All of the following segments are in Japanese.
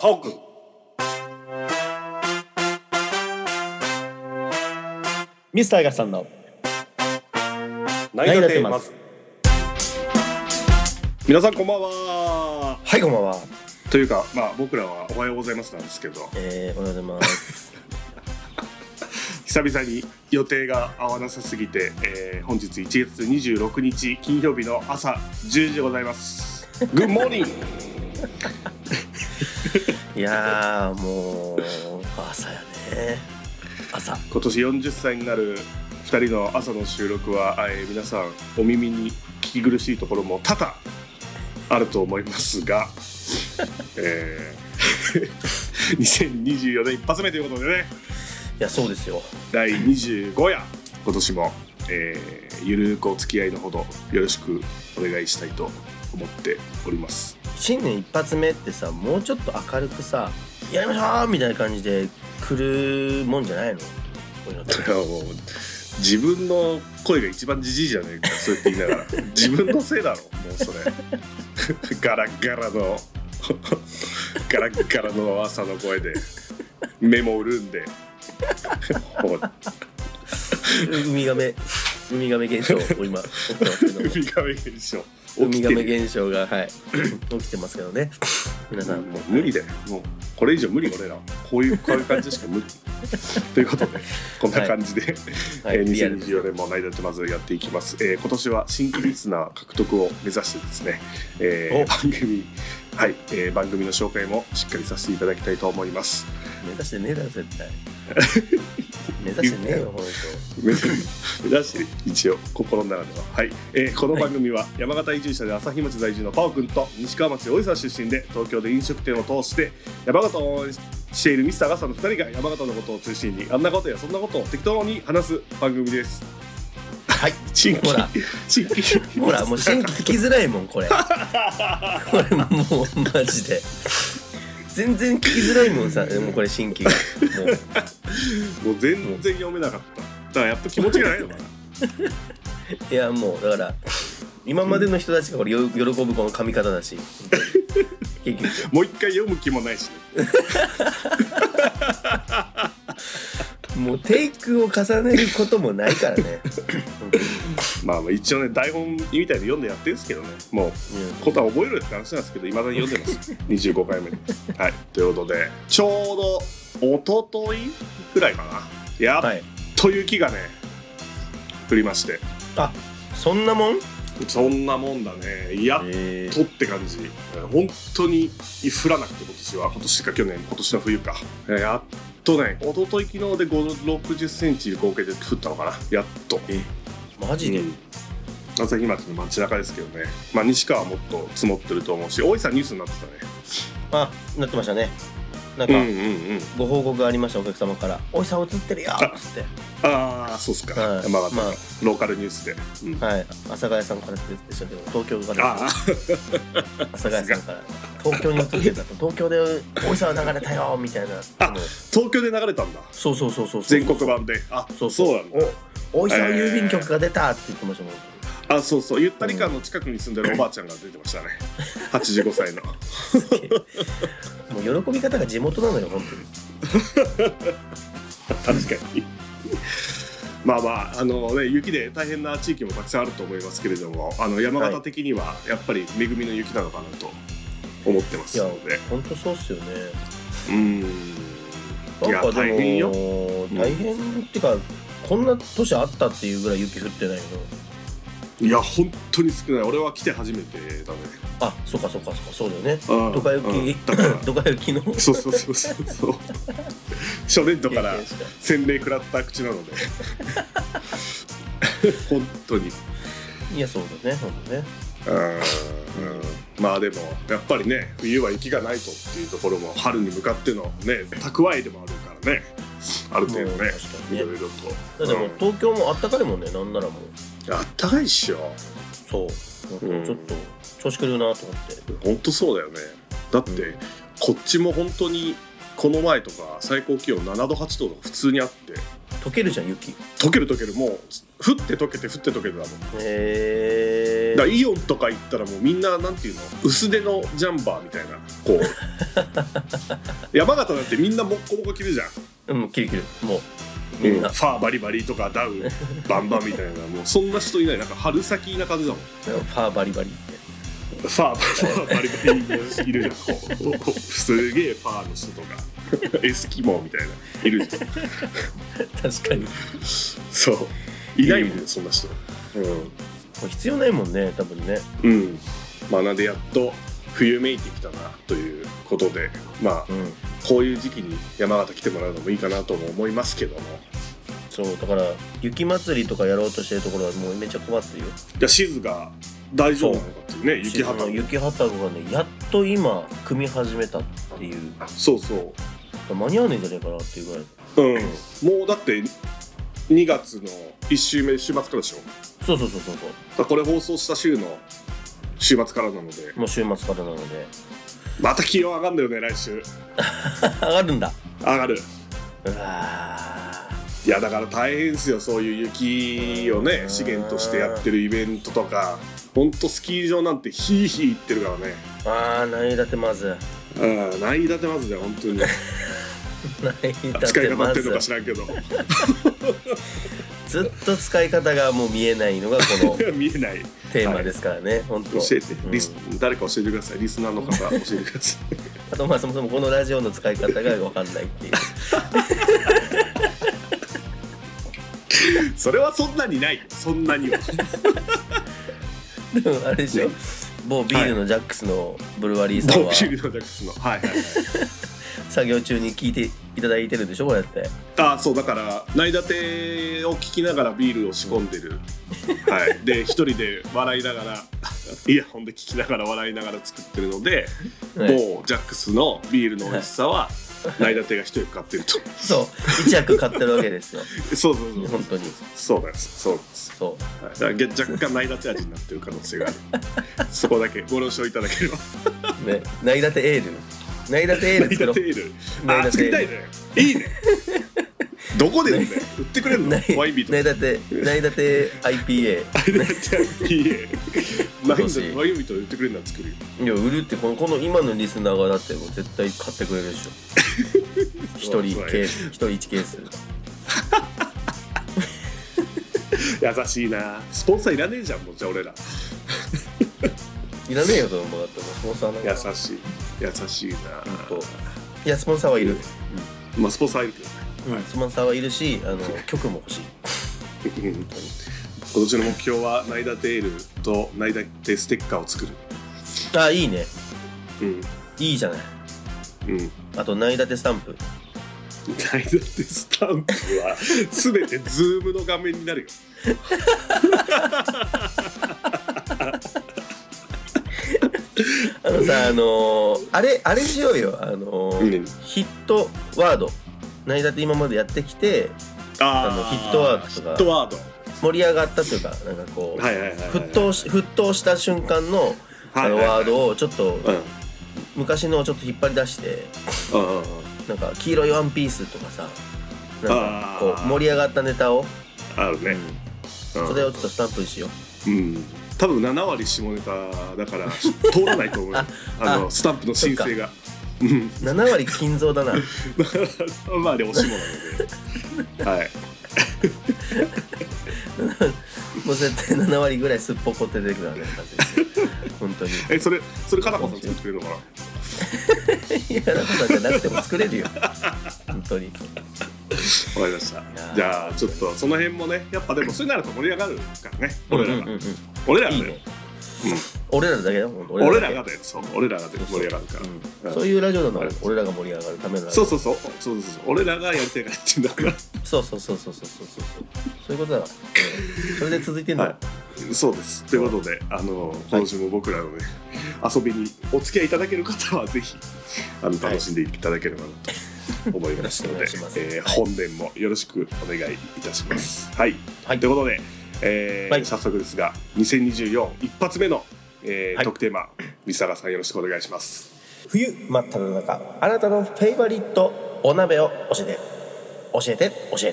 パオくん。 ミスターガさんの何がテーマ。皆さんこんばんは。 はい、こんばんは。 というか、僕らはおはようございますなんですけど、 おはようございます久々に予定が合わなさすぎて、本日1月26日金曜日の朝10時でございます。グッモーニングいやー、もう朝やね。朝。 今年40歳になる2人の朝の収録は、皆さんお耳に聞き苦しいところも多々あると思いますが、2024年一発目ということでね。 いや、そうですよ。 第25夜、今年も、ゆるくお付き合いのほどよろしくお願いしたいと思っております。 新年一発目ってさ、もうちょっと明るくさ、やりましょうみたいな感じで来るもんじゃないの？こういうのってもう自分の声が一番ジジイじゃねえか、そうやって言いながら自分のせいだろ、もうそれガラッガラのガラッガラの朝の声で目も潤んでウミガメ現象を今起きてますけどもウミガメ現象ウミガメ現象が、はい、起きてますけどね。皆さんもう無理だよ、もうこれ以上無理、俺らこういう感じしか無理ということで、こんな感じで、 はいはい、 2024年も内立てまずやっていきます。今年は新規リスナー獲得を目指してですね、番組の紹介もしっかりさせていただきたいと思います。 目指してねえだろ絶対目指してねえよ本当。 目指して一応心の中では、はい。この番組は山形移住者で朝日町在住のパオくんと西川町大井沢出身で東京で飲食店を通して山形を応援しているミスターガサの2人が山形のことを中心にあんなことやそんなことを適当に話す番組です。 はい、ほらもう新規聞きづらいもんこれこれもうマジで全然聞きづらいもんさ、もうこれ新規がもう全然読めなかった。だからやっぱ気持ちがないのかな。 いやもうだから今までの人たちがこれ喜ぶこの噛み方だし結局もう一回読む気もないしねもうテイクを重ねることもないからね一応ね台本みたいに読んでやってるんですけどね、もうことは覚えるって話なんですけど未だに読んでます25回目にはいということで、ちょうど一昨日ぐらいかな、やっと雪がね降りまして。 あ、そんなもんだね。やっとって感じ。本当に降らなくて今年か去年、今年の冬か。やっとね、一昨日昨日で5、60センチ合計で降ったのかな。やっと。 マジで、 朝日町の街中ですけどね。西川はもっと積もってると思うし、大井さんニュースになってたね。 あ、なってましたね。なんか、ご報告がありました、お客様から。大井さん映ってるよっつって。 ああ、そうっすか。山形のローカルニュースで。 はい、阿佐ヶ谷さんからでしたけど、東京から阿佐ヶ谷さんから東京に移ってたと、東京で大井さんは流れたよみたいな。 あ、東京で流れたんだ。 そう全国版で。あ、そうなんだ。 大井さん郵便局が出たって言ってましたもん。 あ、そうゆったり館の近くに住んでるおばあちゃんが出てましたね85歳のもう喜び方が地元なのよ本当に確かに雪で大変な地域もたくさんあると思いますけれども、山形的にはやっぱり恵みの雪なのかなと思ってますので。 いや本当そうっすよね。 いや大変よ。 大変ってか、こんな年あったっていうぐらい雪降ってないの。 いや本当に少ない。俺は来て初めてだね。 あ、そうかそうだよね。ドカ雪のそう初年度から洗礼食らった口なので本当に。 いやそうだね本当ね。 でもやっぱりね、冬は雪がないとっていうところも春に向かってのね蓄えでもあるからね、ある程度ねいろいろと。 でも東京もあったかいもんね。なんならもうあったかいっしょ。 そう、ちょっと調子くるなと思って。 本当そうだよね。だって、こっちも本当にこの前とか最高気温7度8度とか普通にあって。 溶けるじゃん雪。 溶けるもう降って溶けてだもん。 だからイオンとか行ったらもうみんななんていうの薄手のジャンバーみたいなこう山形なんてみんなモッコモコ着るじゃん。 着るもうみんな、 ファーバリバリとかダウンバンバンみたいなもうそんな人いない。なんか春先な感じだもん。 ファーバリバリってファーバリバリいるじゃん。すげえファーの人とかエスキモーみたいないるじゃん。 確かにそういないもんねそんな人。もう必要ないもんね多分ね。 なんでやっと冬めいてきたなということでこういう時期に山形来てもらうのもいいかなとも思いますけども。 そうだから雪祭りとかやろうとしてるところはもうめっちゃ困ってるよ。 いや静が大丈夫なのかっていうね。雪はたごがねやっと今組み始めたっていう。 そう間に合わねえんじゃねえかなっていうぐらい。 もうだって2月の1週目週末からでしょ。 そうこれ放送した週の週末からなので。 もう週末からなのでまた気温上がるんだよね来週。 上がるんだ。 上がる。 うわいやだから大変ですよそういう雪をね資源としてやってるイベントとか。ほんとスキー場なんてヒーヒー言ってるからね。 何だってまず何だってまずだよ本当に。 使い方ってるのか知らんけどずっと使い方がもう見えないのがこの見えないテーマですからね、本当教えて、誰か教えてください。リスナーの方教えてくださいあとそもそもこのラジオの使い方が分かんないっていうそれはそんなにないそんなにはでもあれでしょ、某ビールのジャックスのブルワリーさんは、 某ビールのジャックスの作業中に聞いていただいてるんでしょこうやって。 そうだから内立てを聞きながらビールを仕込んでる、で一人で笑いながらイヤホンで聞きながら笑いながら作ってるので、某ジャックスのビールの美味しさは内立てが一役買ってるとそう一役買ってるわけですよそう本当にそうなんですだから若干内立て味になってる可能性があるそこだけご了承いただければね。内立てエール作ろう。 作りたいね。いいねどこで売るんだよ。売ってくれるのワインビート。 内立て IPA ワインビート売ってくれるのは作るよ。 いや売るってこの今のリスナーがだってもう絶対買ってくれるでしょ一人1ケース優しいな。スポンサーいらねえじゃんもう。じゃあ俺らいらねえよと思う。だってもうスポンサーなんか優しいな。 いやスポンサーはいる、 スポンサーはいるけどね、 スポンサーはいるし曲も欲しい今年の目標は内立てエールと内立てステッカーを作る。 いいね、いいじゃない、あと内立てスタンプ。 内立てスタンプは全てズームの画面になるよあれしようよ。ヒットワード内立て今までやってきてヒットワード盛り上がったというかなんかこう沸騰した瞬間のワードをちょっと昔のをちょっと引っ張り出してなんか黄色いワンピースとかさなんかこう盛り上がったネタをあるね、 それをちょっとスタンプにしよう。 多分7割下ネタだから通らないと思うよスタンプの申請が 7割金蔵だなまあでおしもなのではいもう絶対7割ぐらいすっぽこって出てくるわね本当にそれかなこさん作ってくれるのかないやかなこさんじゃなくても作れるよ本当に。 わかりました。じゃあちょっとその辺もねやっぱでもそうなると盛り上がるからね。俺らがね、 俺らだけだもん。 俺らがで盛り上がるから、 そういうラジオなの。俺らが盛り上がるためのラジオ。そう俺らがやりたいからって言うんだからそういうことだわ。それで続いてんだ。 そうです。ということで今週も僕らのね遊びにお付き合いいただける方はぜひ楽しんでいただければなと思いますので、本年もよろしくお願いいたします。はい。ということで、早速ですが2024一発目の、特テーマ三坂さんよろしくお願いします。 冬真っ只中あなたのフェイバリットお鍋を教えて。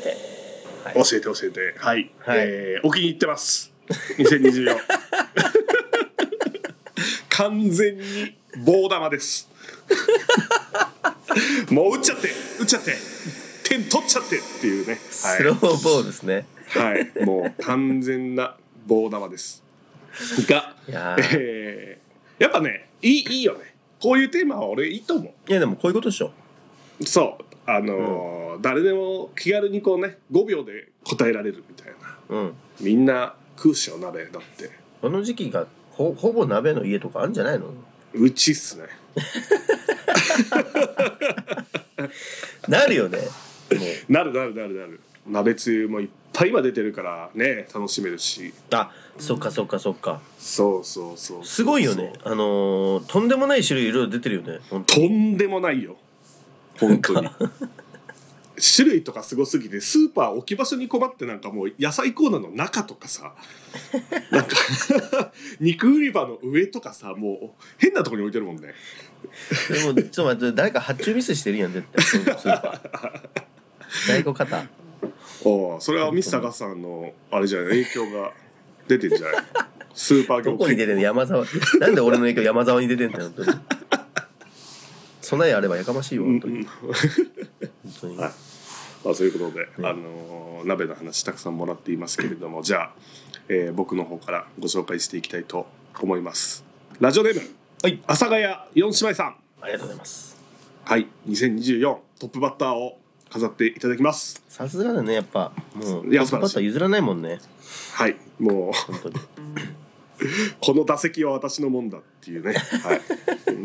はい。お気に入ってます。2024 完全に棒玉ですもう打っちゃって点取っちゃってっていうね、はい、 スローボールですね。 はいもう完全な棒玉ですがやっぱねいいよねこういうテーマは俺いいと思う。 いやでもこういうことでしょ。 そう誰でも気軽にこうね5秒で答えられるみたいな、みんな食うしよ鍋だって。 この時期がほぼ鍋の家とかあるんじゃないの？ うちっすねなるよね。 なる鍋つゆもいっぱい今出てるからね楽しめるし。 あ、そっかそうすごいよね。とんでもない種類いろいろ出てるよね。 とんでもないよ本当に種類とかすごすぎてスーパー置き場所に困ってなんかもう野菜コーナーの中とかさなんか肉売り場の上とかさもう変なところに置いてるもんね。 でもちょっと待って誰か発注ミスしてるやん絶対スーパー在庫型。 それはミスターガスさんのあれじゃない影響が出てんじゃないスーパー業界。 どこに出てんの？山沢。なんで俺の影響山沢に出てんだよ本当に。備えあればやかましいよ本当に。本当に。はい。 そういうことで、鍋の話たくさんもらっていますけれども、じゃあ、僕の方からご紹介していきたいと思います。ラジオネーム、 はい、 阿佐ヶ谷四姉妹さん、 ありがとうございます。 はい、2024トップバッターを飾っていただきます。 さすがだねやっぱもうトップバッター譲らないもんね。 はい、もう本当にこの打席は私のもんだっていうね、はい、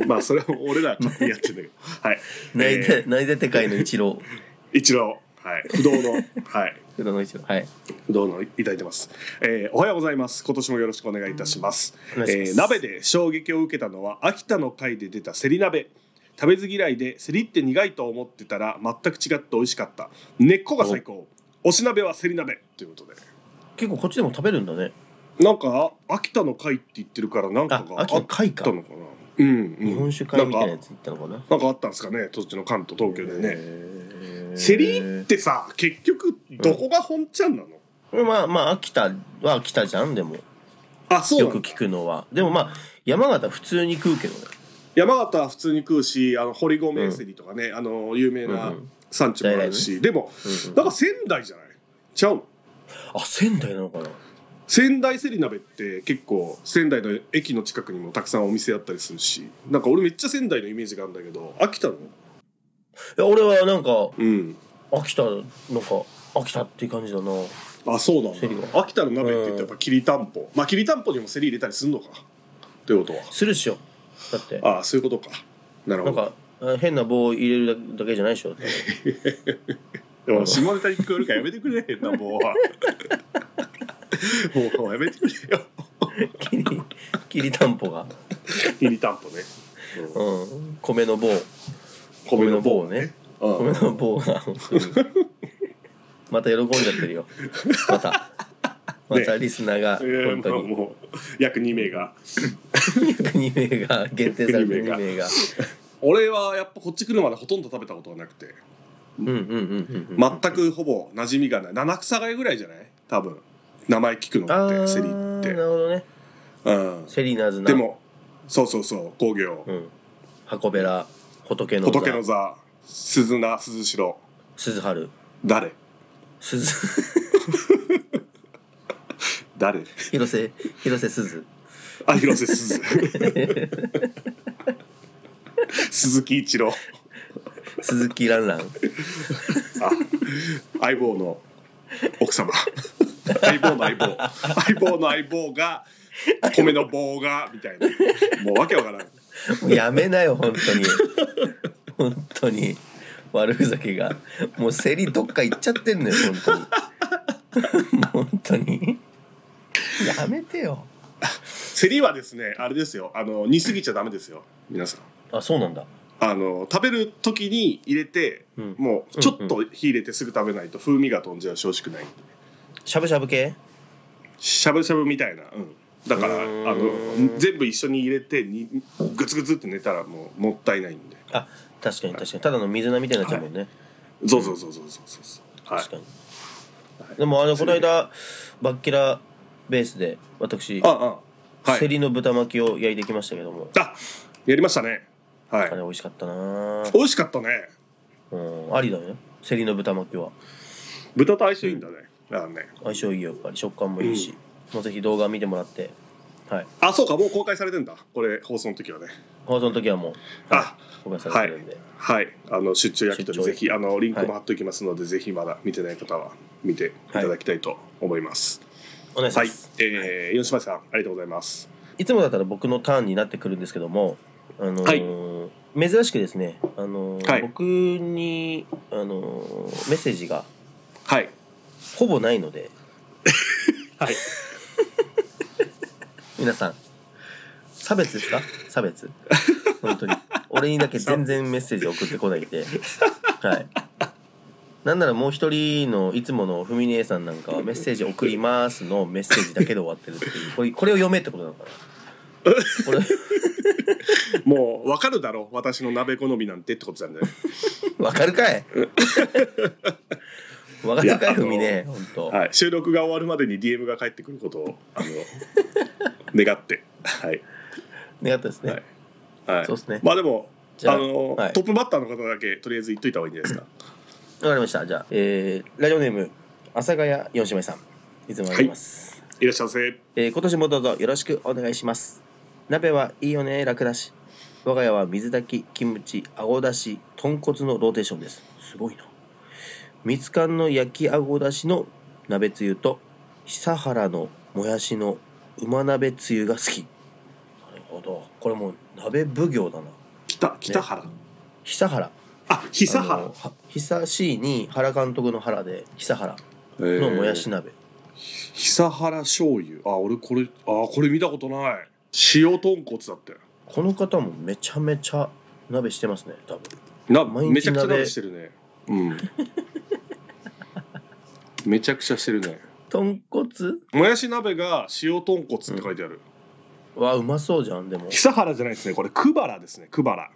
まあそれは俺ら勝手にやってるんだけど、はい、 内出て界の一郎はい、不動の、はい、 不動の一郎、はい、 不動のいただいてます。おはようございます。今年もよろしくお願いいたします。鍋で衝撃を受けたのは秋田の会で出たセリ鍋。食べず嫌いでセリって苦いと思ってたら全く違って美味しかった。根っこが最高。推し鍋はセリ鍋ということで。 結構こっちでも食べるんだね。 なんか秋田の会って言ってるからなんかがあったのかな。 日本酒会みたいなやつ行ったのかな。 なんかあったんですかね。そっちの関東東京でね。セリってさ結局どこが本ちゃんなの？ まあ秋田は秋田じゃんでも。 そうよく聞くのは。でもまあ山形普通に食うけどね。 山形は普通に食うし堀米セリとかね、有名な産地もあるし、でもなんか仙台じゃないちゃうの？ 仙台なのかな。 仙台セリ鍋って結構仙台の駅の近くにもたくさんお店あったりするし、なんか俺めっちゃ仙台のイメージがあるんだけど秋田の？ いや俺はなんか、秋田っていう感じだな。 そうなんだ。秋田の鍋って言ったらやっぱきりたんぽ。まあきりたんぽにもセリ入れたりするのかということは。 するっしょ。だってそういうことか。なるほど。 なんか変な棒入れるだけじゃないでしょ。 でも下ネタに聞こえるからやめてくれ変な棒は。もうやめてくれよ。 きりたんぽが。 きりたんぽね。 米の棒。米の棒ね。米の棒が本当にまた喜んじゃってるよ。またリスナーが本当にもう約2名が限定されて2名が。 俺はやっぱこっち来るまでほとんど食べたことがなくて、全くほぼ馴染みがない。七草がゆぐらいじゃない多分名前聞くのってセリって。 なるほどね。セリナズナ。 でもそう工業、 箱べら仏の座鈴名鈴代鈴春誰誰広瀬鈴広瀬鈴鈴木一郎鈴木蘭蘭相棒の奥様相棒の相棒が米の棒がみたいなもうわけわからん。 もうやめなよ本当に悪ふざけがもうセリどっか行っちゃってんのよ本当にやめてよ。 セリはですねあれですよ煮すぎちゃダメですよ皆さん。 そうなんだ。 食べる時に入れて、もうちょっと火入れてすぐ食べないと風味が飛んじゃう。しくない。 しゃぶしゃぶ系？ しゃぶしゃぶみたいな。だから全部一緒に入れてグツグツって寝たらもったいないんで。 確かにただの水菜みたいになっちゃうもんね。 そう確かに。でもこの間バッキラベースで私はいセリの豚巻きを焼いてきましたけども、 あ、やりましたね。はい。 あれ美味しかったな。 美味しかったね。 ありだね、セリの豚巻きは。 豚と相性いいんだね。あね。 相性いいよ、やっぱり食感もいいし、もうぜひ動画見てもらって。はい。 あ、そうか、もう公開されてんだ。これ放送の時はね。 放送の時はもう、 あ、 公開されてるんで、 はい。出張焼き鳥出張ぜひリンクも貼っておきますので、ぜひまだ見てない方は見ていただきたいと思います。 お願いしはい。 ます。 吉島さんありがとうございます。 いつもだったら僕のターンになってくるんですけども、珍しくですね、 はい僕に、メッセージがはい。 ほぼないので、 はい。 皆さん差別ですか？差別本当に俺にだけ全然メッセージ送ってこないで、はい。なんならもう一人のいつものふみねえさんなんかはメッセージ送りますのメッセージだけで終わってるっていう、これを読めってことなのかな。これもう分かるだろう、私の鍋好みなんてってことなんだよ。 わかるかいわかるかいふみねえ、本当。 はい。収録が終わるまでに DM が返ってくることを願って、はい。 願ったですね。 はい。 そうですね。 まあでもじゃあトはいップバッターの方だけとりあえず言っといた方がいいんじゃないですか。 わかりました。じゃあ、ラジオネーム阿佐ヶ谷四姉妹さん、いつもありがとうございます。 いらっしゃいませ。 今年もどうぞよろしくお願いします。鍋はいいよね、楽だし。我が家は水炊き、キムチ、あごだし、豚骨のローテーションです。すごいな。みつかんの焼きあごだしの鍋つゆと久原のもやしの馬鍋つゆが好き。なるほど。これもう鍋奉行だな。 北原。 久原。 あ、久原。 久しいに原監督の原で久原のもやし鍋。 久原醤油。あ、俺これ見たことない。塩豚骨だったよ。 この方もめちゃめちゃ鍋してますね、多分。 めちゃくちゃ鍋してるね。うん。めちゃくちゃしてるね。 豚骨？ もやし鍋が塩豚骨って書いてある。 わあ、うまそうじゃん。でも久原じゃないですね、これクバラですね。クバラ。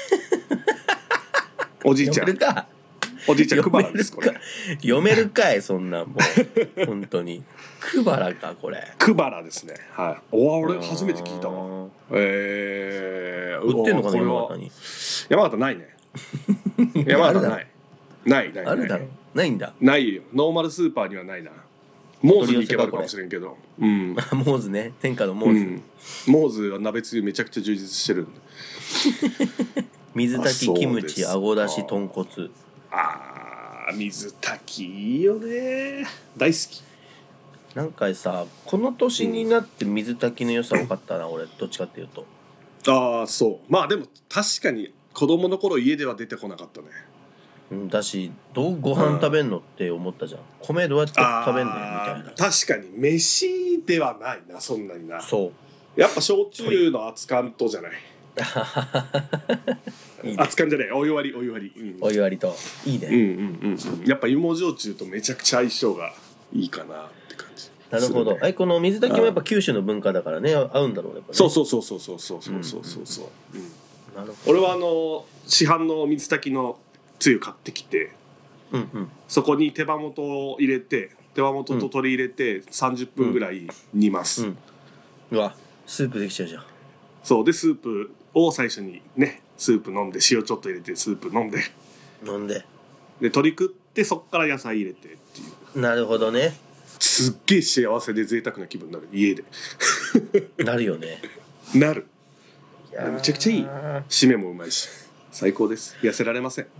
おじいちゃん。おじいちゃんクバラですこれ。 読めるかい、そんなんもう本当に。クバラかこれ。 クバラですね。はい。俺初めて聞いたわ。 売ってんのかな、山形に。 山形ないね。山形ない。ない。 あるだろ。ないんだ。 ないよ。ノーマルスーパーにはないな。モーズに行けばあるかもしれんけど。うん。 モーズね。天下のモーズ。 モーズは鍋つゆめちゃくちゃ充実してるんで。 水炊き、キムチ、あごだし、豚骨。 水炊きいいよね。大好き。 なんかさ、この年になって水炊きの良さ分かったな、俺。どっちかっていうと。 そう。まあでも確かに子供の頃家では出てこなかったね。 だし、どうご飯食べんのって思ったじゃん。米どうやって食べんねんみたいな。 確かに飯ではないな、そんなにな。 そう。 やっぱ焼酎の熱燗とじゃない。 いいね、 熱燗じゃない、お湯割り、 お湯割りといいね。 やっぱ芋焼酎とめちゃくちゃ相性がいいかなって感じ。 なるほど。この水炊きもやっぱ九州の文化だからね、合うんだろうね。 そう。なるほど。俺は市販の水炊きのつゆ買ってきて、そこに手羽元を入れて、手羽元と鶏入れて30分ぐらい煮ます。 うわ、スープできちゃうじゃん。 そうで、スープを最初にね、スープ飲んで、塩ちょっと入れてスープ飲んでで鶏食って、そっから野菜入れてっていう。なるほどね。 すっげえ幸せで贅沢な気分になる、家で。 なるよね。 なる。めちゃくちゃいい。締めもうまいし最高です。痩せられません。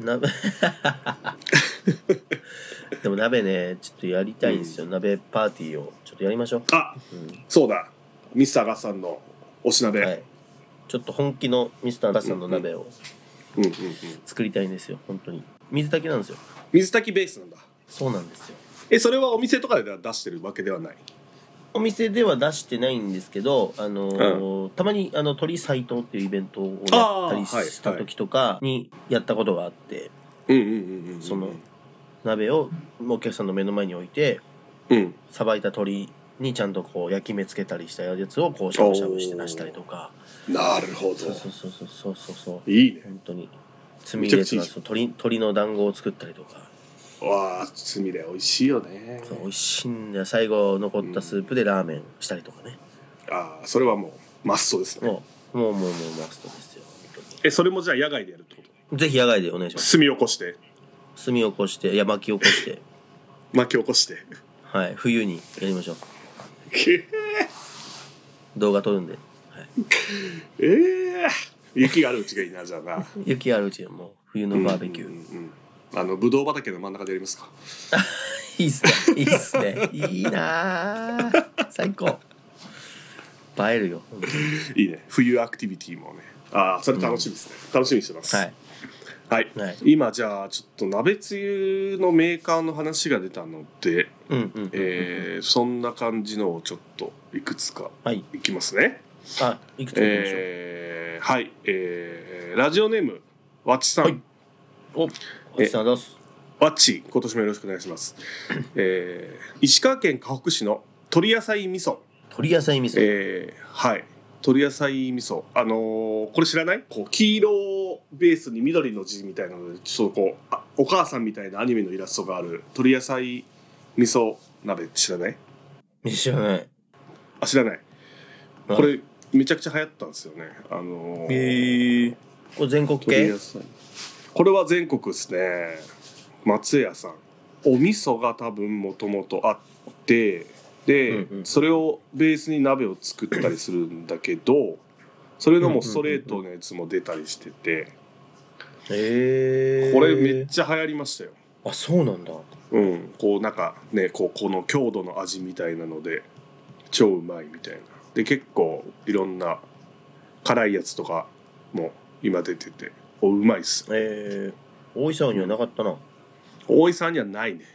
でも鍋ね、ちょっとやりたいんですよ。鍋パーティーをちょっとやりましょう。 そうだ、ミスターガスさんの推し鍋、 はい、ちょっと本気のミスターガスさんの鍋を作りたいんですよ。本当に水炊きなんですよ。 水炊きベースなんだ。 そうなんですよ。 それはお店とかで出してるわけではない？ お店では出してないんですけど、たまに鳥斎藤っていうイベントをやったりした時とかにやったことがあって、その鍋をお客さんの目の前に置いて、さばいた鶏にちゃんとこう焼き目つけたりしたやつをこうしゃぶしゃぶして出したりとか。 なるほど。 そういいね。 本当につみれとか鶏の団子を作ったりとか。 わあ、つみれ美味しいよね。 美味しいんだよ。最後残ったスープでラーメンしたりとかね。 ああ、それはもうマストですね。 もうマストですよ。 それもじゃあ野外でやるってこと？ ぜひ野外でお願いします。 炭起こして。 炭起こして、いや巻き起こして。 巻き起こして。 はい、冬にやりましょう。動画撮るんで。はい、 雪があるうちがいいな、じゃあな。 雪あるうちはもう冬のバーベキュー。 ぶどう畑の真ん中でやりますか。 いいっすね、いいっすね、いいな最高。映えるよ。 いいね、冬アクティビティもね。ああ、それ楽しみですね。楽しみにしてます。はい。はい。今じゃあちょっと鍋つゆのメーカーの話が出たので、そんな感じのをちょっといくつかいきますね。 いくつかいきましょう。 はい。ラジオネームわちさん。はい、 わちさんです。 わっち、今年もよろしくお願いします。石川県かほく市の鶏野菜味噌。 鶏野菜味噌。 はい。鶏野菜味噌。これ知らない？こう黄色ベースに緑の字みたいなので、ちょっとこうお母さんみたいなアニメのイラストがある鶏野菜味噌鍋知らない？ 知らない。 知らない。これめちゃくちゃ流行ったんですよね。 これ全国系？ これは全国ですね。松屋さん。お味噌が多分もともとあって、で、それをベースに鍋を作ったりするんだけど、それのもストレートのやつも出たりしてて、これめっちゃ流行りましたよ。 あ、そうなんだ。 こうなんかね、この郷土の味みたいなので超うまいみたいな。で結構いろんな辛いやつとかも今出てて、うまいっす。 大井さんにはなかったな。 大井さんにはないね。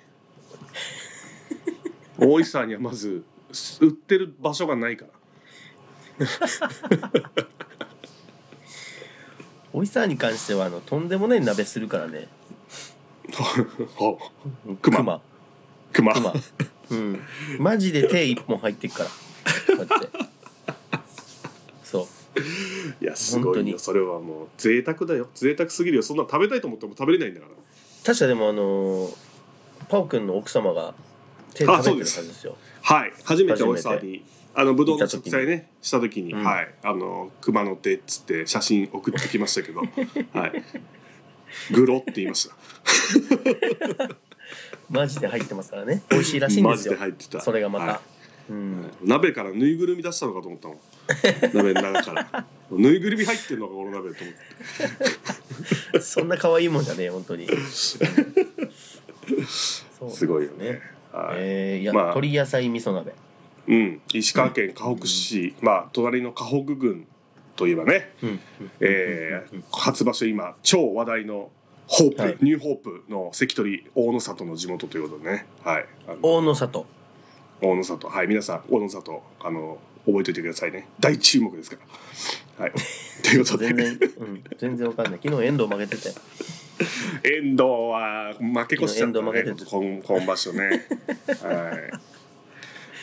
大井さんにはまず売ってる場所がないから。 大井さんに関してはとんでもない鍋するからね。熊。マジで手一本入ってっから。こうやって。そう。 いやすごいよ、それはもう贅沢だよ。贅沢すぎるよ。そんな食べたいと思っても食べれないんだから。 確かでもパオくんの奥様が手食べてるはずですよ。 はい、初めておいさんにぶどうの植栽ねした時に、はい、熊の手っつって写真送ってきましたけど、はい、グロって言いました。 マジで入ってますからね。美味しいらしいんですよ。 マジで入ってた。 それがまた、はい、 鍋からぬいぐるみ出したのかと思ったもん。鍋の中からぬいぐるみ入ってんのかこの鍋と思って。 そんな可愛いもんじゃねえ本当に。 すごいよね。 鶏野菜味噌鍋。 石川県かほく市、隣のかほく郡といえばね、初場所今超話題のホープ、ニューホープの関取大野里の地元ということでね。はい。 大野里。 はい、皆さん大野里覚えておいてくださいね。大注目ですから。はい。ということで。 全然わかんない。昨日遠藤負けてたよ。 遠藤は負け越しちゃったね。今場所ね。はい。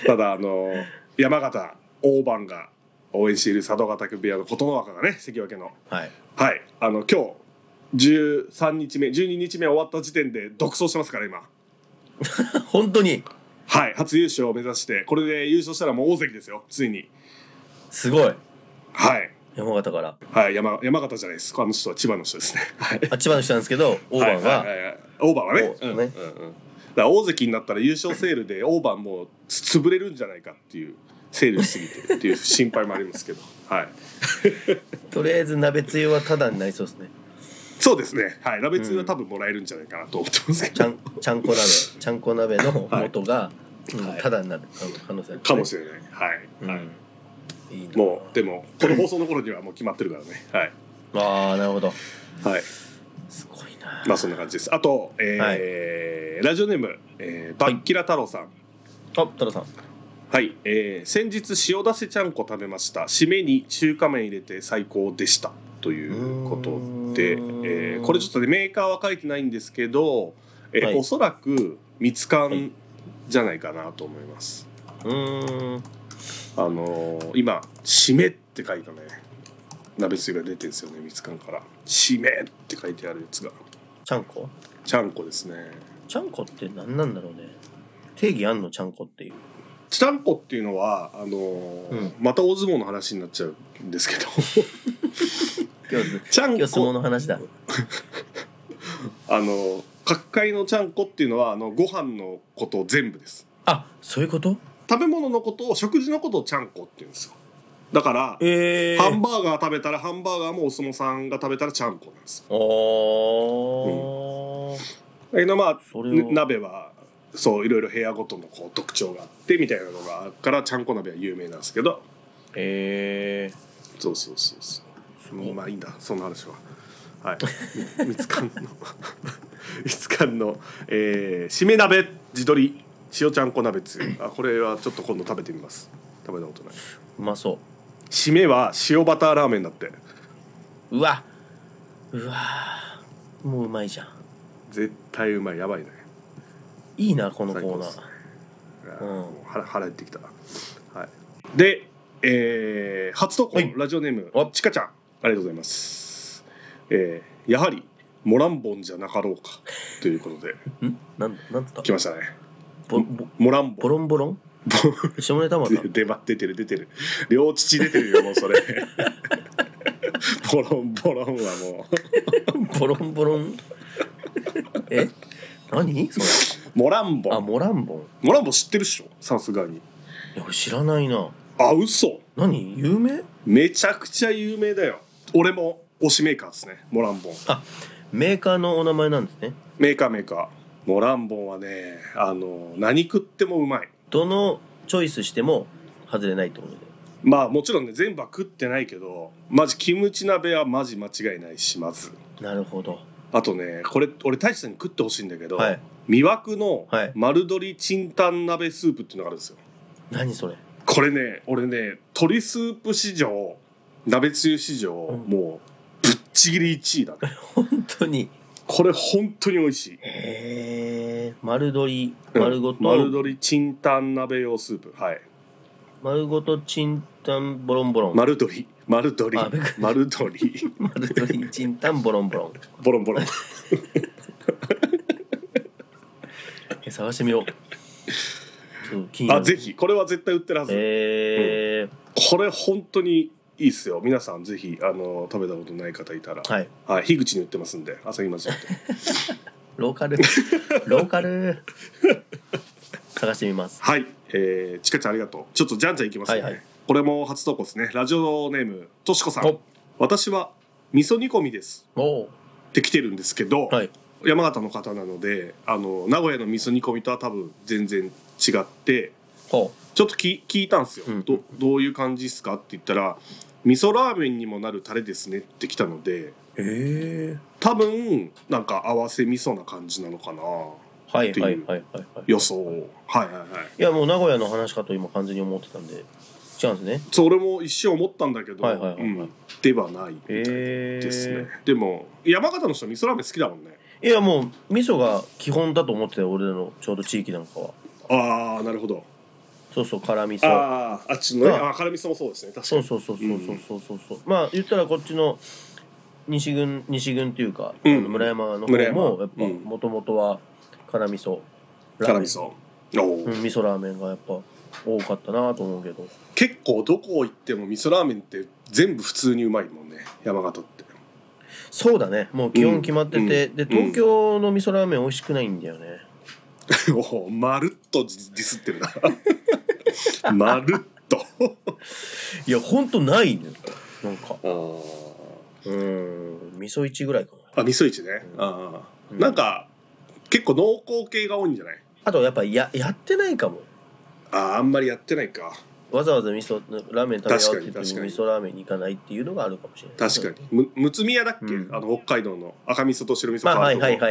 ただ山形大番が応援している佐渡ヶ嶽部屋の琴ノ若がね、関脇の。はい。今日13日目12日目終わった時点で独走してますから今。 本当に。 はい、初優勝を目指してこれで優勝したらもう大関ですよ、ついに。 すごい。 はい。 山形から。 はい、山形じゃないです。この人は千葉の人ですね。 千葉の人なんですけど、大番はね。だから大関になったら優勝セールで大番もう潰れるんじゃないかっていうセールしすぎてるっていう心配もありますけど。はい。 とりあえず鍋つゆはタダになりそうですね。 そうですね。はい。鍋つゆは多分もらえるんじゃないかなと思ってますけど。 ちゃんこ鍋の元がタダになる可能性あるかもしれない。はい。もうでもこの放送の頃にはもう決まってるからね。はい。 ああ、なるほど。 はい。 すごいな。 そんな感じです。あとラジオネームバッキラ太郎さん。 太郎さん。 はい。先日塩だせちゃんこ食べました。締めに中華麺入れて最高でした。ということで、これちょっとねメーカーは書いてないんですけど、おそらくミツカンじゃないかなと思います。今締めって書いたね鍋つゆが出てるんですよね、ミツカンから。締めって書いてあるやつがちゃんこですね。 ちゃんこって何なんだろうね。定義あんの？ちゃんこっていう。 ちゃんこっていうのはまた大相撲の話になっちゃうんですけど今日相撲の話だ。 各界のちゃんこっていうのはご飯のこと全部です。 あ、そういうこと？ 食べ物のことを食事のことをちゃんこって言うんですよ。だから、ハンバーガー食べたらハンバーガーもお相撲さんが食べたらちゃんこなんです。まあ鍋はそういろいろ部屋ごとのこう特徴があってみたいなのがあるからちゃんこ鍋は有名なんですけど。そうまあいいんだその話は。はい。みつかんのしめ鍋地鶏塩ちゃんこ鍋つゆ。これはちょっと今度食べてみます。食べたことない。 うまそう。 締めは塩バターラーメンだって。 うわもううまいじゃん。 絶対うまい。やばいね。いいなこのコーナー。 腹減ってきた。はい。で、初投稿、ラジオネームちかちゃん、ありがとうございます。やはりモランボンじゃなかろうかということでなんだ来ましたね。モランボン。 ボロンボロン下ネタまだ出てる両乳出てるよもうそれボロンボロンはもうボロンボロン何それ。 モランボン。 モランボン知ってるっしょさすがに。 いや俺知らないな。 嘘。 何有名？ めちゃくちゃ有名だよ。俺も推しメーカーですねモランボン。 メーカーのお名前なんですね。 メーカーモランボンはね何食ってもうまい。 どのチョイスしても外れないってことで。 まあもちろんね全部は食ってないけどマジキムチ鍋はマジ間違いないしまず。 なるほど。 あとねこれ俺大地さんに食ってほしいんだけど、魅惑の丸鶏チンタン鍋スープっていうのがあるんですよ。 何それ。 これね俺ね鶏スープ史上鍋つゆ史上、もうぶっちぎり1位だね本当にこれ本当に美味しい。 丸鶏丸ごと、 丸鶏チンタン鍋用スープ。はい。 丸ごとチンタンボロンボロン。 丸鶏チンタンボロンボロン探してみよう。 ぜひこれは絶対売ってるはず。これ本当にいいっすよ。皆さんぜひ食べたことない方いたら、はい、樋口に売ってますんで、朝日町でローカル探してみます。 はい、ちかちゃんありがとう。ちょっとじゃんじゃんいきますね。これも初投稿ですね。ラジオネームとしこさん。私は味噌煮込みですって来てるんですけど、山形の方なので名古屋の味噌煮込みとは多分全然違ってちょっと聞いたんですよ。どういう感じですかって言ったら味噌ラーメンにもなるタレですねって来たので、多分なんか合わせ味噌な感じなのかなっていう予想。 いやもう名古屋の話かと今完全に思ってたんで違うんですね。 それも一瞬思ったんだけど、ではないですね。でも山形の人は味噌ラーメン好きだもんね。 いやもう味噌が基本だと思ってたよ俺のちょうど地域なんかは。 なるほど。 そう辛味噌。 あっちのね辛味噌もそうですね。確かに。そう。 まあ言ったらこっちの西軍っていうか、村山の方もやっぱもともとは辛味噌味噌ラーメンがやっぱ多かったなと思うけど、 結構どこ行っても味噌ラーメンって全部普通にうまいもんね山形って。 そうだね。もう基本決まってて、で東京の味噌ラーメン美味しくないんだよね。 まるっとディスってるなまるっといやほんとないね。なんか味噌一ぐらいかな。 味噌一ね。なんか結構濃厚系が多いんじゃない？ あとやっぱやってないかも。 あんまりやってないか。 わざわざラーメン食べようって言っても味噌ラーメンに行かないっていうのがあるかもしれない。 確かに。むつみ屋だっけ？北海道の赤味噌と白味噌変わるとこ。あ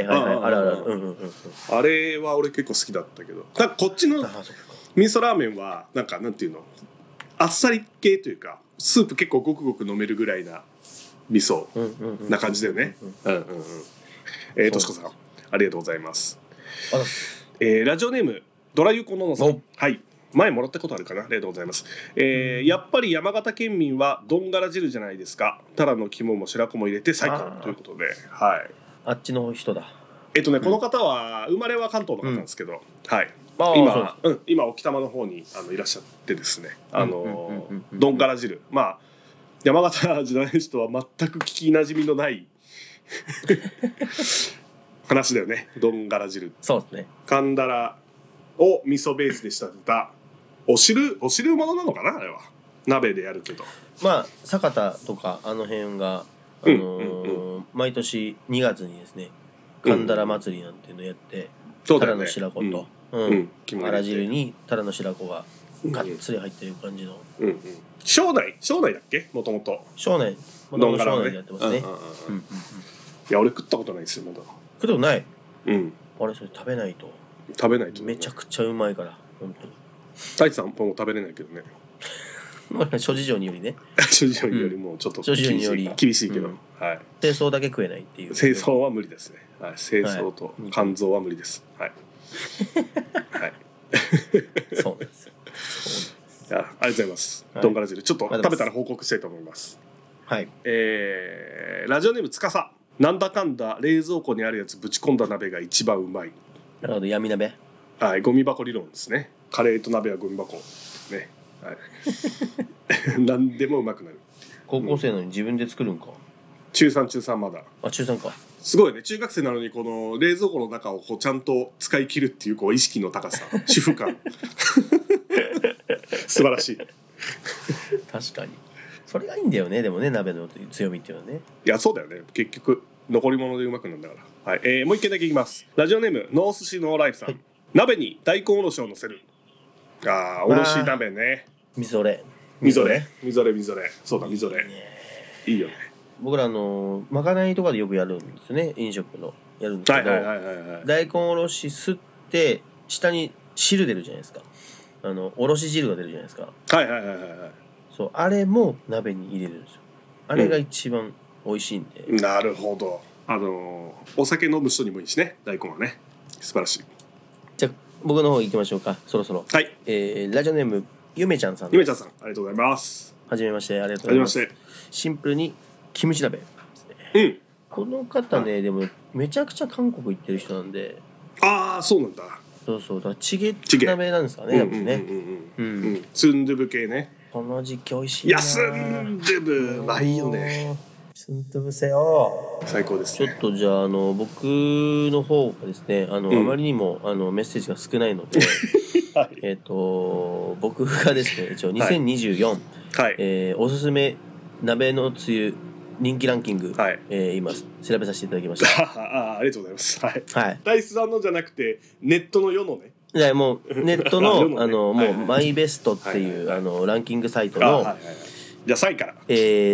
れは俺結構好きだったけど、こっちの味噌ラーメンはなんかなんていうの、あっさり系というかスープ結構ごくごく飲めるぐらいな味噌な感じだよね。としこさんありがとうございます。ラジオネームドラユコののさん。はい。前もらったことあるかな。ありがとうございます。やっぱり山形県民はどんがら汁じゃないですか。タラの肝も白子も入れて最高ということで、 あっちの人だ。 この方は生まれは関東の方なんですけど、 今沖多摩の方にいらっしゃってですね、どんがら汁、まあ山形時代の人は全く聞きなじみのない話だよね。どんがら汁、 そうですね。 寒だらを味噌ベースで仕立てたお汁物なのかな、あれは鍋でやるけど、 まあ酒田とかあの辺が、毎年2月にですね寒だら祭りなんていうのをやって、タラの白子と、あら汁にタラの白子ががっつり入ってる感じの、 庄内だっけ、もともと庄内でやってますね。 いや俺食ったことないですよ、まだ。 食ったことない。あれそれ食べないとめちゃくちゃうまいから本当に。 太一さんも食べれないけどね。 諸事情によりね。 諸事情によりもちょっと厳しいけど、はい。 清掃だけ食えないっていう。 清掃は無理ですね。はい、清掃と肝臓は無理です。はい。はい。 そうなんですよ。 ありがとうございます。どんがら汁ちょっと食べたら報告したいと思います。 はい。 ラジオネームつかさ。なんだかんだ冷蔵庫にあるやつぶち込んだ鍋が一番うまい。 なるほど、闇鍋。 はい、ゴミ箱理論ですね。カレーと鍋はゴミ箱ね。はい。何でもうまくなる。 高校生なのに自分で作るんか。 中3まだ。 あ、中3か。 すごいね。中学生なのにこの冷蔵庫の中をこうちゃんと使い切るっていうこう意識の高さ、主婦感。素晴らしい。 確かに。それがいいんだよね。でもね、鍋の強みっていうのはね。 いや、そうだよね。結局残り物でうまくなるんだから。はい。もう一件だけいきます。ラジオネームノースシノーライフさん。はい、鍋に大根おろしを乗せる。おろし鍋ね。 みぞれ。 そうだ、みぞれ。いいよね。 僕らまかないとかでよくやるんですね。飲食のやるんですけど、大根おろし吸って下に汁出るじゃないですか。おろし汁が出るじゃないですか。そう、あれも鍋に入れるんですよ。あれが一番美味しいんで。 なるほど。お酒飲む人にもいいしね、大根はね。素晴らしい。 じゃあ僕の方行きましょうか。そろそろ。 はい。 ラジオネームゆめちゃんさん。 ゆめちゃんさん、ありがとうございます。 はじめまして、ありがとうございます。シンプルにキムチ鍋ですね。この方ね、でもめちゃくちゃ韓国行ってる人なんで。 ああ、そうなんだ。 そうだ、チゲ鍋なんですかね、多分ね。 スンドゥブ系ね。 この時期美味しいな。 いや、スンドゥブうまいよね。 スンドゥブせよ。 最高ですね。 ちょっとじゃあ僕の方がですね、あまりにもメッセージが少ないので、僕がですね、一応2024、おすすめ鍋のつゆ人気ランキング、今調べさせていただきました。 ありがとうございます。はい。ダイスさんのじゃなくてネットの世のね。 いや、もうネットのもうマイベストっていうランキングサイトのじゃあ3位から。 第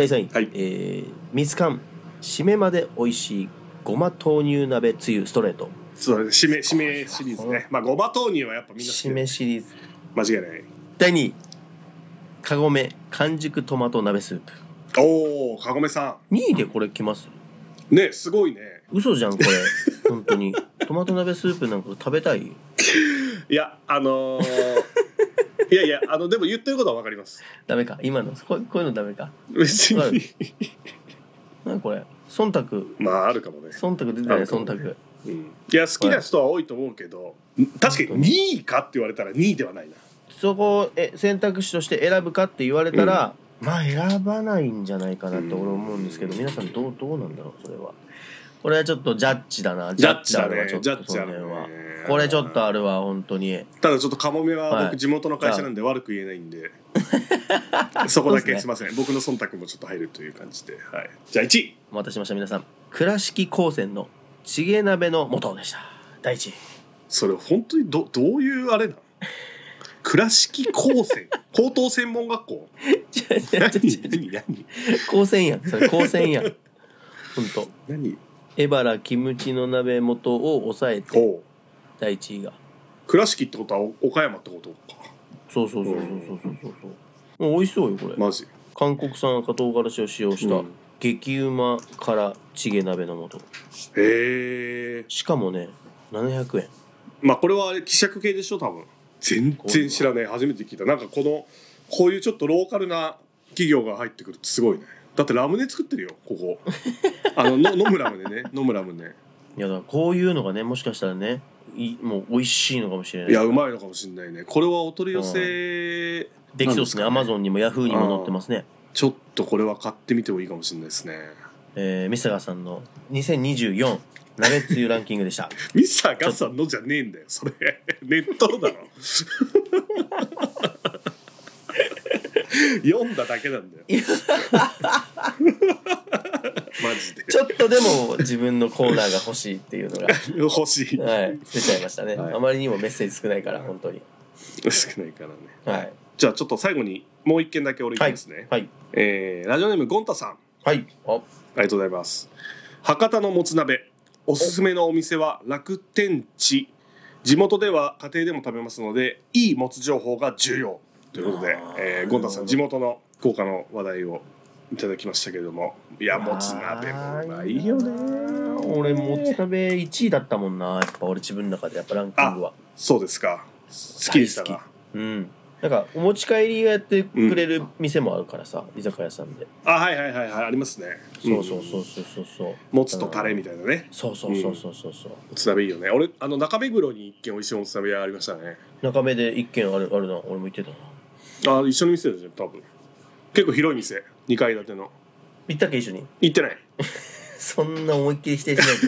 3位、ミツカン締めまで美味しいごま豆乳鍋つゆストレート。 そう締めシリーズね。まあごま豆乳はやっぱみんな好き。 締めシリーズ。 間違いない。 第2位、カゴメ完熟トマト鍋スープ。 おお、カゴメさん。2位でこれ来ますね。すごいね。 嘘じゃんこれ。本当にトマト鍋スープなんか食べたい。 いやいやでも言ってることは分かります。 ダメか今のこういうのダメか。 別に何これ忖度。 まああるかもね。 忖度出てないね、忖度。 いや好きな人は多いと思うけど、確かに2位かって言われたら2位ではないな。 そこを選択肢として選ぶかって言われたら、まあ選ばないんじゃないかなって俺思うんですけど、皆さんどうなんだろうそれは。これはちょっとジャッジだな。 ジャッジだね。 ちょっとその辺は。これちょっとあるわ本当に。 ただちょっとカモメは僕地元の会社なんで悪く言えないんで、そこだけすいません。僕の忖度もちょっと入るという感じで、はい。じゃあ1位。 お待たせしました皆さん。倉敷高専のチゲ鍋の素でした。第1位。 それ本当にどういうあれなの？倉敷高専高等専門学校？何？ 高専やん。それ高専やん。本当。 何？ エバラキムチの鍋元を抑えて第1位が。 倉敷ってことは岡山ってことか。 そう。もう美味しそうよこれ。 マジ。 韓国産赤唐辛子を使用した激うま辛チゲ鍋の素。 へえ。 しかもね700円。 まあこれは希釈系でしょ多分。全然知らない。初めて聞いた。なんかこういうちょっとローカルな企業が入ってくるってすごいね。だってラムネ作ってるよここ。飲むラムネね。飲むラムネ。 いやだからこういうのがねもしかしたらねもう美味しいのかもしれない。 いやうまいのかもしれないね。これはお取り寄せ、 できそうですね。Amazon にも Yahoo にも載ってますね。 ちょっとこれは買ってみてもいいかもしれないですね。 ミスターガさんの2024鍋つゆランキングでした。 ミスターガさんのじゃねえんだよそれ。ネットだろ。読んだだけなんだよ。マジで。 ちょっとでも自分のコーナーが欲しいっていうのが欲しい。 はい、出ちゃいましたね。 はい、 あまりにもメッセージ少ないから本当に。 少ないからね。 はい。 じゃあちょっと最後にもう一件だけ俺いきますね。 はい。 ラジオネームゴンタさん。 はい。 ありがとうございます。博多のもつ鍋。おすすめのお店は楽天地。地元では家庭でも食べますのでいいもつ情報が重要ということで、ゴンタさん地元の福岡の話題をいただきましたけれども、いやもつ鍋もうまいよね。 俺もつ鍋1位だったもんな。やっぱ俺自分の中でやっぱランキングは。 そうですか。好きでしたか。 うん。なんかお持ち帰りがやってくれる店もあるからさ、居酒屋さんで。 はいありますね。 そう。 もつとタレみたいなね。 そう。もつ鍋いいよね。俺中目黒に一軒美味しいもつ鍋屋ありましたね。 中目で一軒あるな。俺も行ってたな。 一緒の店だじゃん多分。結構広い店、2階建ての。 行ったっけ一緒に？ 行ってない。 そんな思いっきり否定しないで。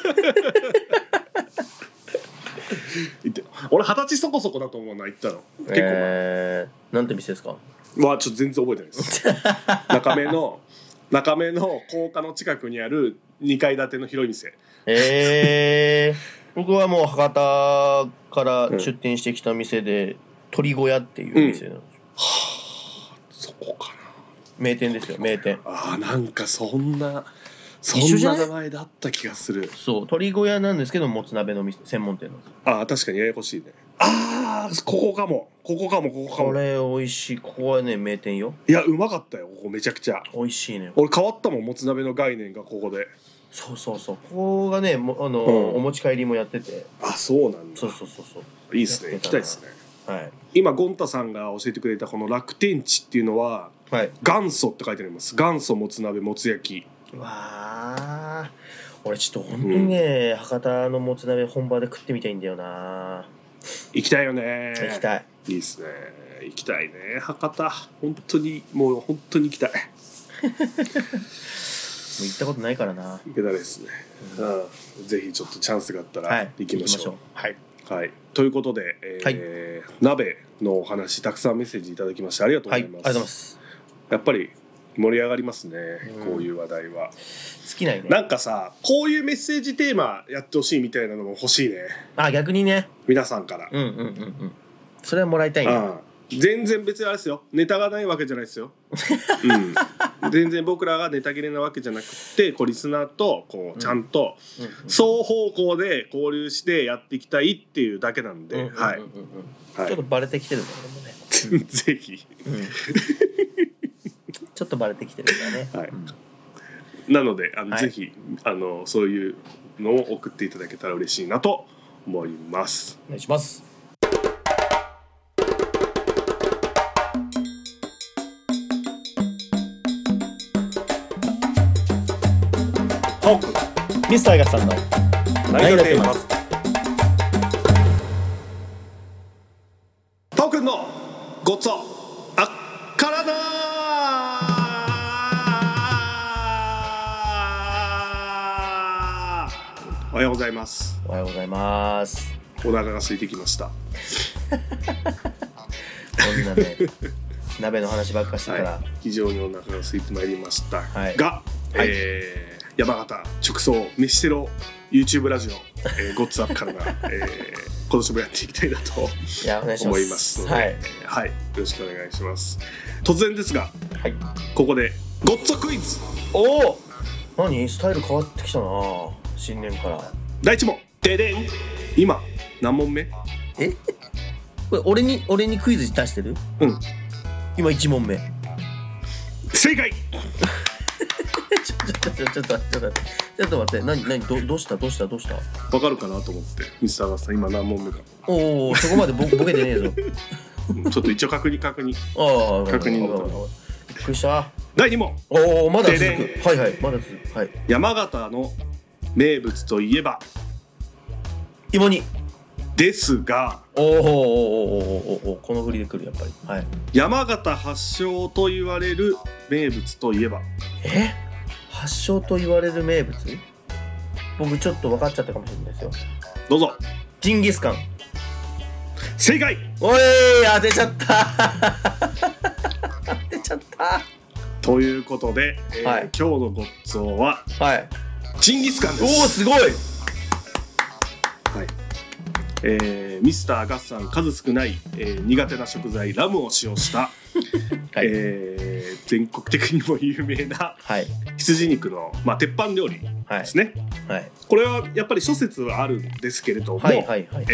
俺20歳そこそこだと思うな、行ったの結構なんて店ですか？ わちょっと全然覚えてないです中目の高架の近くにある2階建ての広い店。 僕はもう博多から出店してきた店で、鳥小屋っていう店なんですよ。 はあ、そこかな。 名店ですよ、名店。 なんかそんな名前だった気がする。 そう、鳥小屋なんですけどもつ鍋の専門店なんです。 確かにややこしいね。ここかも。これ美味しい。ここはね名店よ。 いやうまかったよ。ここめちゃくちゃ美味しいね。 俺変わったもん、もつ鍋の概念がここで。 そうここがねお持ち帰りもやってて。 そうなんだ。 そういいですね。行きたいですね。 はい。 今ゴンタさんが教えてくれたこの楽天地っていうのは、 はい、 元祖って書いてあります。元祖もつ鍋もつ焼き。 わ俺ちょっと本当にね、博多のもつ鍋本場で食ってみたいんだよな。 行きたいよね。 行きたい。 いいですね。行きたいね博多。本当に行きたい。 もう行ったことないからな。 行けたいですね。ぜひちょっとチャンスがあったら行きましょう。はい。ということで、鍋のお話たくさんメッセージいただきましてありがとうございます。 ありがとうございます。 やっぱり盛り上がりますね、こういう話題は。 好きなんよね。 なんかさ、こういうメッセージテーマやってほしいみたいなのも欲しいね。 逆にね。 皆さんから。 それはもらいたいね。 全然別にあれですよ。ネタがないわけじゃないですよ。全然僕らがネタ切れなわけじゃなくて、リスナーとちゃんと双方向で交流してやっていきたいっていうだけなんで、 ちょっとバレてきてるんだけどね。 ぜひ。 ちょっとバレてきてるからね。 なのでぜひそういうのを送っていただけたら嬉しいなと思います。 お願いします。 トークミスターガさんの何がテーマ。トークンのごっつおあっからだおはようございます。 おはようございます。 お腹が空いてきました。 こんなね鍋の話ばっかしてたら、 非常にお腹が空いてまいりました、が、山形直送飯テロ YouTube ラジオ、ゴッツアップからな、今年もやっていきたいなと思いますので、よろしくお願いします。突然ですが、ここでゴッツクイズ。 何スタイル変わってきたな、新年から。 第1問、ででん。今何問目？ これ俺にクイズ出してる？今1問目。 正解。 ちょっと待って、何どうした？わかるかなと思ってミスターガスさん今何問目か。 そこまでボケてねえぞ。 ちょっと一応確認のため。びっくりした。 第2問。 まだ続く。まだ続く。 山形の名物といえば？ 芋煮。 ですが、 この振りで来るやっぱり、はい、 山形発祥と言われる名物といえば、 発祥と言われる名物、僕ちょっと分かっちゃったかもしれないですよ。 どうぞ。 ジンギスカン。 正解。 おい、当てちゃった当てちゃった。 ということで、 はい、 今日のごっつおは、 はい、 ジンギスカンです。 おー、すごい。 はい、ミスターガッサン数少ない、苦手な食材ラムを使用した、はい、全国的にも有名な、はい、羊肉の、鉄板料理ですね、はいはい、これはやっぱり諸説はあるんですけれども、はいはいはい、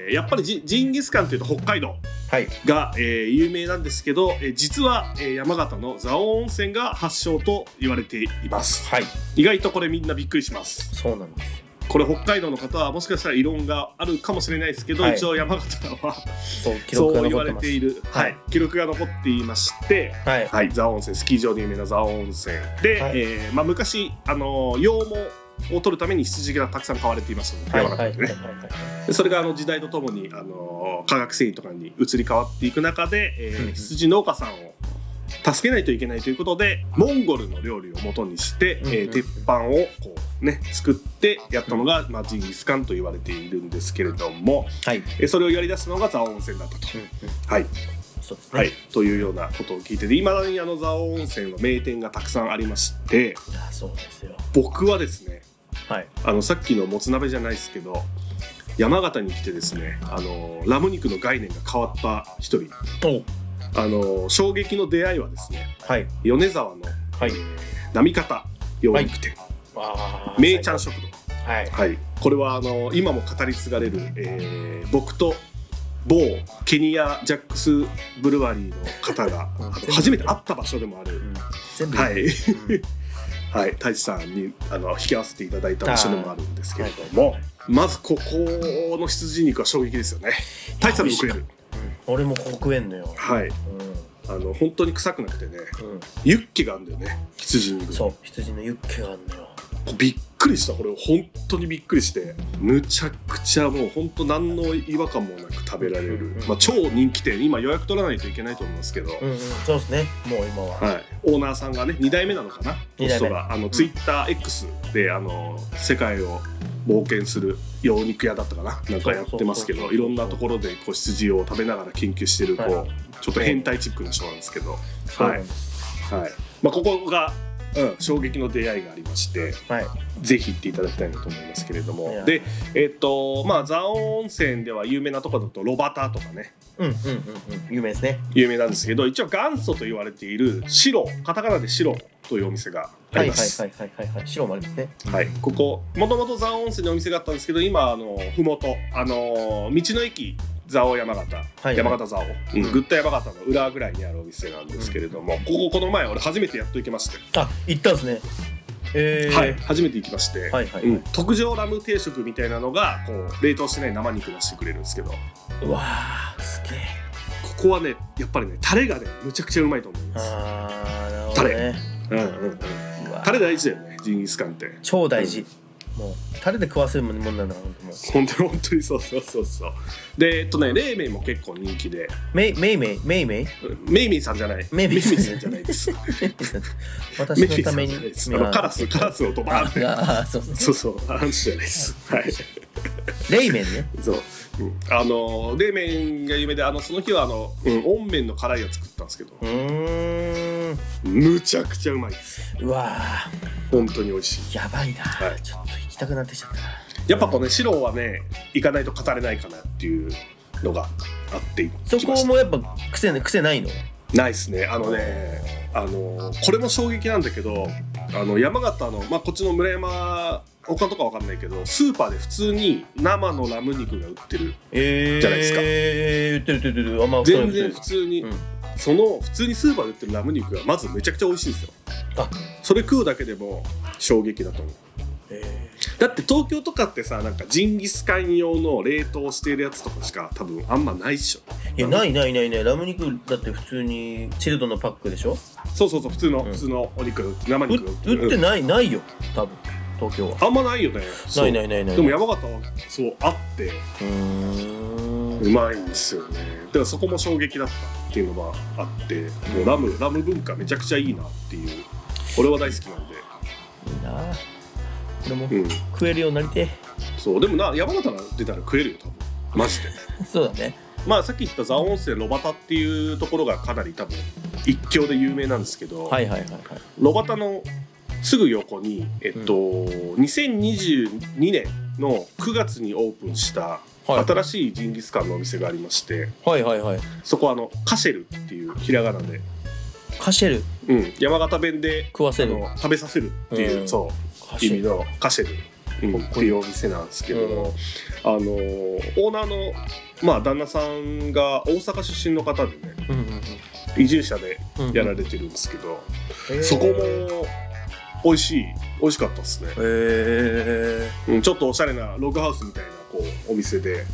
やっぱりジンギスカンというと北海道が、有名なんですけど、実は、山形の蔵王温泉が発祥と言われています、はい、意外とこれみんなびっくりします。 そうなんです。 これ北海道の方はもしかしたら異論があるかもしれないですけど、はい、一応山形はそう言われている、はい、記録が残っていまして、はいはい、蔵王温泉、スキー場で有名な蔵王温泉で、はい、昔羊毛を取るために羊がたくさん飼われていましたので、山形でね、それが時代とともに化学繊維とかに移り変わっていく中で、羊農家さんを助けないといけないということで、モンゴルの料理を元にして、鉄板をこう、ね、作ってやったのが、ジンギスカンと言われているんですけれども、はい、それをやり出したのが蔵王温泉だったと、はいそうですね、はい、というようなことを聞いてて、いまだに蔵王温泉は名店がたくさんありまして、 そうですよ。 僕はですね、はい、さっきのもつ鍋じゃないですけど、山形に来てですね、ラム肉の概念が変わった一人、衝撃の出会いはですね、はい、米沢の、はい、浪方洋肉店、はい、名ちゃん食堂、はいはい、これは今も語り継がれる、僕と某ケニアジャックスブルワリーの方が初めて会った場所でもある、はい、はい、太一さんに引き合わせていただいた場所でもあるんですけれども、はい、まずここの羊肉は衝撃ですよね。太一さんも食える。 俺もここ食えんのよ。 はい、本当に臭くなくてね、ユッケがあるんだよね、羊肉。 そう、羊のユッケがあるのよ。 びっくりした。これ本当にびっくりして、むちゃくちゃもう本当何の違和感もなく食べられる、超人気店。今予約取らないといけないと思いますけど、 そうですね、もう今は、 はい、オーナーさんがね、2代目なのかな、人がツイッター X で世界を冒険する洋肉屋だったかな、なんかやってますけど、いろんなところでこう羊を食べながら研究してる、こうちょっと変態チックな人なんですけど、はいはい、ここが衝撃の出会いがありまして、はい、ぜひ行っていただきたいなと思いますけれども、で、蔵王温泉では有名なところだとロバタとかね、 有名ですね。 有名なんですけど、一応元祖と言われている白、カタカナで白というお店があります。 白もありますね。はい、 ここもともと蔵王温泉にお店があったんですけど、今ふもと道の駅蔵王山形、山形蔵王、グッド山形の裏ぐらいにあるお店なんですけれども、この前俺初めてやっと行けまして。 行ったんですね。 はい、初めて行きまして、特上ラム定食みたいなのがこう冷凍してない生肉出してくれるんですけど、 うわー、すげえ。 ここはね、やっぱりね、タレがね、むちゃくちゃうまいと思います。 なるほどね。 タレ大事だよね、ジンギスカンって。 超大事。もうタレで食わせるもんなんだな。 本当にそうで冷麺も結構人気で、 メイさんじゃない、メイさんじゃないです私のためにカラスをドバーってそうあの人じゃないです。はい、 冷麺ね。 そう、冷麺が有名で、その日は温麺の辛いやつ作ったんですけど、むちゃくちゃうまいです。 うわー、本当に美味しい。 やばいな、はい、ちょっと行きたくなってきちゃったな。 やっぱこうね、白はね、行かないと語れないかなっていうのがあってそこもやっぱ癖ないの？ ないっすね。これも衝撃なんだけど、山形の、こっちの村山他とかわかんないけど、スーパーで普通に生のラム肉が売ってるじゃないですか。 売ってる。 全然普通に、普通にスーパーで売ってるラム肉がまずめちゃくちゃ美味しいんですよ。それ食うだけでも衝撃だと思う。だって東京とかってさ、なんかジンギスカン用の冷凍しているやつとかしか多分あんまないっしょ。 いや、ないラム肉だって普通にチルドのパックでしょ。 そう普通のお肉、生肉売ってないよ多分。 東京は。 あんまないよね。 ないないないない。 でも山形はそうあってうまいんですよね。だからそこも衝撃だったっていうのがあって、もうラム文化めちゃくちゃいいなっていう、俺は大好きなんで。 いいな俺も、食えるようになりて。 そうでもな、山形が出たら食えるよ多分マジでそうだね。 まあさっき言った蔵王温泉炉端っていうところがかなり多分一強で有名なんですけど、 はいはいはいはい。 炉端のすぐ横に2022年の9月にオープンした新しいジンギスカンのお店がありまして、はいはいはい、そこはカシェルっていうひらがなでカシェル、 山形弁で食わせる食べさせるっていう、そう意味のカシェル、っていうお店なんですけど、オーナーの、旦那さんが大阪出身の方でね、移住者でやられてるんですけど、そこも美味しかったですね。ちょっとおしゃれなログハウスみたいなお店で、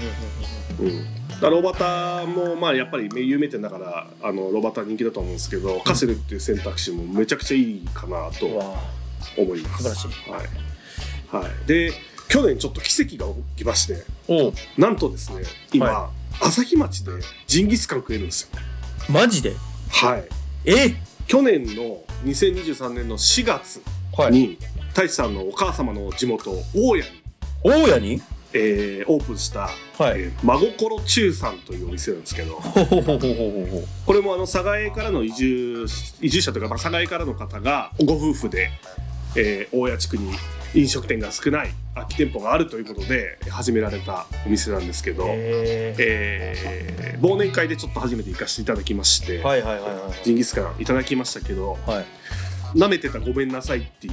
炉端もやっぱり有名店だから炉端人気だと思うんですけど、カシェルっていう選択肢もめちゃくちゃいいかなと思います。 素晴らしい。 はい、で去年ちょっと奇跡が起きまして、なんとですね今、朝日町でジンギスカン食えるんですよ。 マジで？ はい。去年の2023年の4月に、太一さんのお母様の地元大谷にオープンした、真心中さんというお店なんですけど、これも寒河江からの移住者というか、寒河江からの方がご夫婦で、大谷地区に飲食店が少ない空き店舗があるということで始められたお店なんですけど、忘年会でちょっと初めて行かせていただきまして、ジンギスカンいただきましたけど、舐めてたごめんなさいって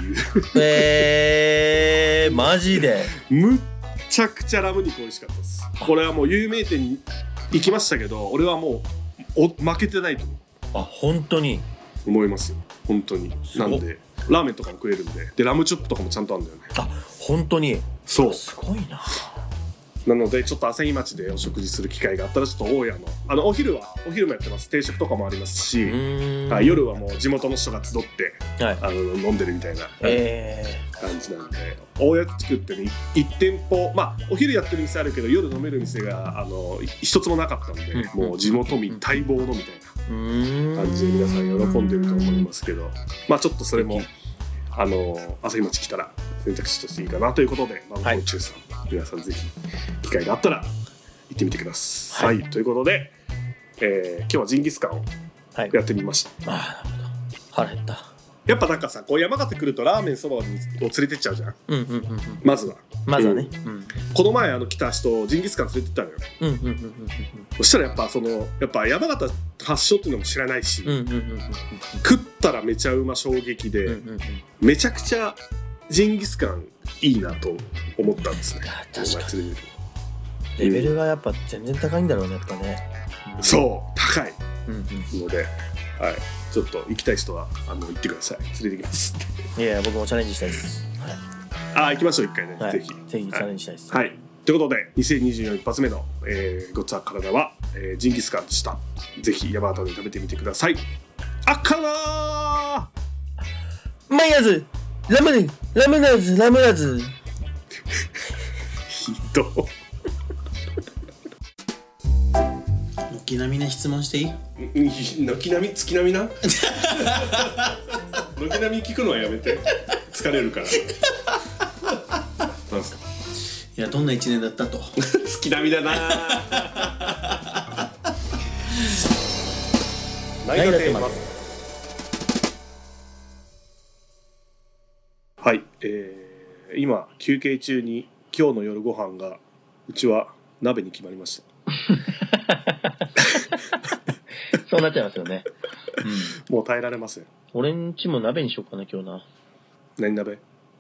いうマジでむっちゃくちゃラム肉美味しかったです。これはもう有名店に行きましたけど、俺はもう負けてないと思う。 本当に思いますよ、本当に。なんでラーメンとかも食えるんで、ラムチョップとかもちゃんとあるんだよね。 本当に。 そう、 すごいな。 なのでちょっと朝日町でお食事する機会があったら、ちょっと大家のお昼もやってます。定食とかもありますし、夜はもう地元の人が集って、飲んでるみたいな感じなんで、大谷地区ってね、1店舗お昼やってる店あるけど夜飲める店が一つもなかったんで、もう地元民待望のみたいな感じで皆さん喜んでると思いますけど、ちょっとそれも朝日町来たら選択肢としていいかなということで、真心中さん、皆さんぜひ機会があったら行ってみてください。ということで、今日はジンギスカンをやってみました。 なるほど。腹減った。 やっぱなんかさ、山形来るとラーメンそばを連れてっちゃうじゃん。まずはね、この前来た人ジンギスカン連れてったのよ。そしたらやっぱ山形発祥っていうのも知らないし、食ったらめちゃうま衝撃で、めちゃくちゃジンギスカンいいなと思ったんですね。 確かにレベルがやっぱ全然高いんだろうね、やっぱね。 そう高いので、ちょっと行きたい人は行ってください。連れてきます。 いや僕もチャレンジしたいです。 行きましょう一回ね、ぜひチャレンジしたいです。 ということで2024一発目のごっつぁ体はジンギスカンでした。ぜひ山形で食べてみてください。あっからーマイヤーズラムナーズひど軒並みね、質問していい？ 軒並み月並みな軒並み聞くのはやめて、疲れるから。なんすか？ いや、どんな一年だったと。 月並みだな。何がテーマ？はい、今休憩中に今日の夜ご飯がうちは鍋に決まりました。 そうなっちゃいますよね。 もう耐えられません。 俺んちも鍋にしようかな今日な。 何鍋？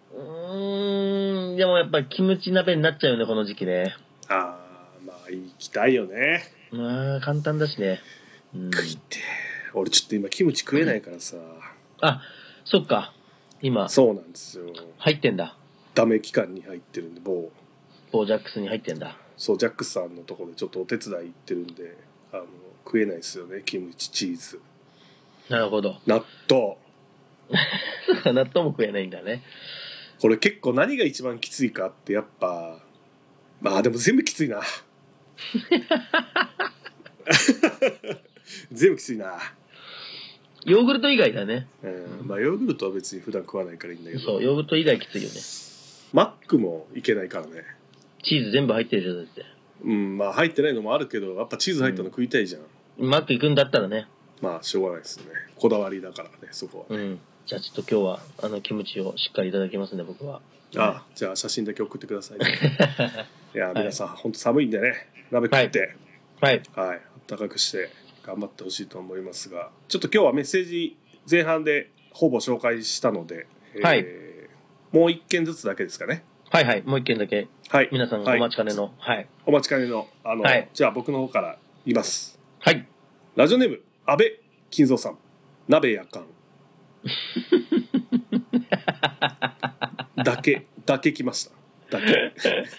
でもやっぱりキムチ鍋になっちゃうよね、この時期ね。 行きたいよね。 簡単だしね。 食いて。俺ちょっと今キムチ食えないからさ。 そっか。今そうなんですよ。 入ってんだ。 ダメ期間に入ってるんで、某ジャックスに入ってんだ。 そう、ジャックスさんのところでちょっとお手伝い行ってるんで、食えないですよね、キムチ、チーズ。 なるほど。 納豆。 納豆も食えないんだね。 これ結構何が一番きついかってやっぱまあでも全部きついな全部きついな。 ヨーグルト以外だね。 まあヨーグルトは別に普段食わないからいいんだけど。 そう、ヨーグルト以外きついよね。 マックもいけないからね。 チーズ全部入ってるじゃんだって。 まあ入ってないのもあるけどやっぱチーズ入ったの食いたいじゃん。 マック行くんだったらね。 まあしょうがないですね。こだわりだからねそこは。 じゃあちょっと今日はキムチをしっかりいただきますね僕は。 じゃあ写真だけ送ってください、いや皆さん本当寒いんでね鍋食ってはい暖かくして頑張ってほしいと思いますが、ちょっと今日はメッセージ前半でほぼ紹介したので、もう一件ずつだけですかね。 もう一件だけ。皆さんお待ちかねのお待ちかねのじゃあ僕の方から言います。ラジオネーム安倍金蔵さん、鍋やかんだけ来ましただけ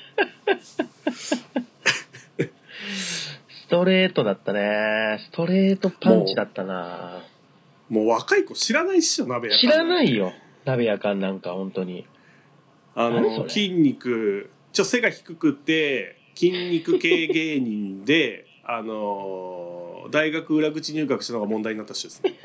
ストレートだったね。ストレートパンチだったな。 もう若い子知らないっしょ鍋やかん。 知らないよ鍋やかんなんか本当に。 筋肉背が低くて筋肉系芸人で大学裏口入学したのが問題になった人ですね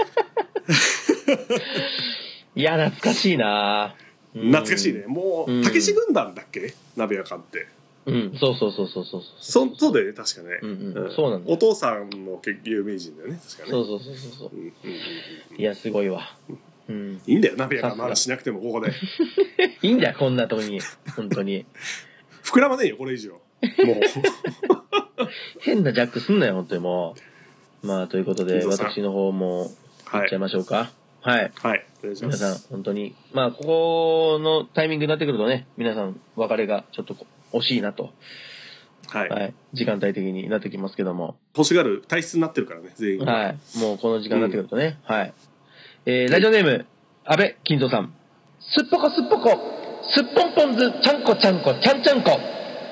いや懐かしいな。 懐かしいね。もうたけし軍団だっけ鍋やかんって。 そうそうだよね確かね。 そうなんだ。 お父さんも結構有名人だよね確かね。 そういやすごいわ。 いいんだよ鍋やかんの話しなくてもここでいいんだよこんなとこに本当に膨らまねえよこれ以上もう変なジャックすんなよ本当にもう。まあということで私の方もいっちゃいましょうか。皆さん本当にここのタイミングになってくるとね皆さん別れがちょっと惜しいなと時間帯的になってきますけども、 欲しがる体質になってるからね全員。 もうこの時間になってくるとね。ラジオネーム安倍金蔵さん、すっぽこすっぽこすっぽんぽんずちゃんこちゃんこちゃんちゃんこ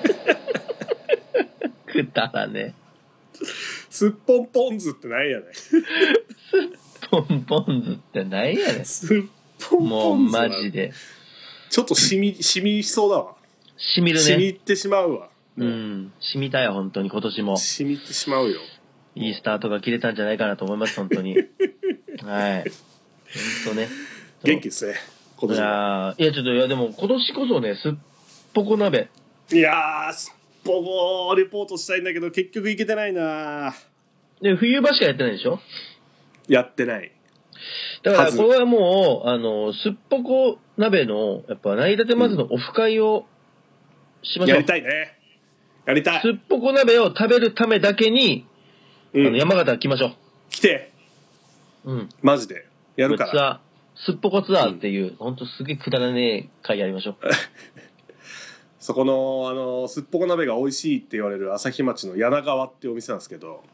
くだらね。 すっぽんぽんずってなんやねんすっぽんぽんずってなんやねん。 すっぽんぽんずもうマジでちょっとしみそうだわ。 しみるね。 しみ入ってしまうわ。 しみたよ本当に今年も。 しみってしまうよ。 いいスタートが切れたんじゃないかなと思います本当に。本当ね。 元気ですね今年は。 いやちょっとでも今年こそねすっぽこ鍋。 いやすっぽこレポートしたいんだけど結局行けてないな。 で冬場しかやってないでしょ。 やってない。 だからこれはもうすっぽこ鍋のやっぱ成り立てまずのオフ会をしましょう。 やりたいね。やりたい。 すっぽこ鍋を食べるためだけに、山形来ましょう。 来て。マジでやるから。 すっぽこツアーっていう、ほんとすげえくだらねえ会やりましょう。 そこのすっぽこ鍋が美味しいって言われる朝日町の柳川っていうお店なんですけど、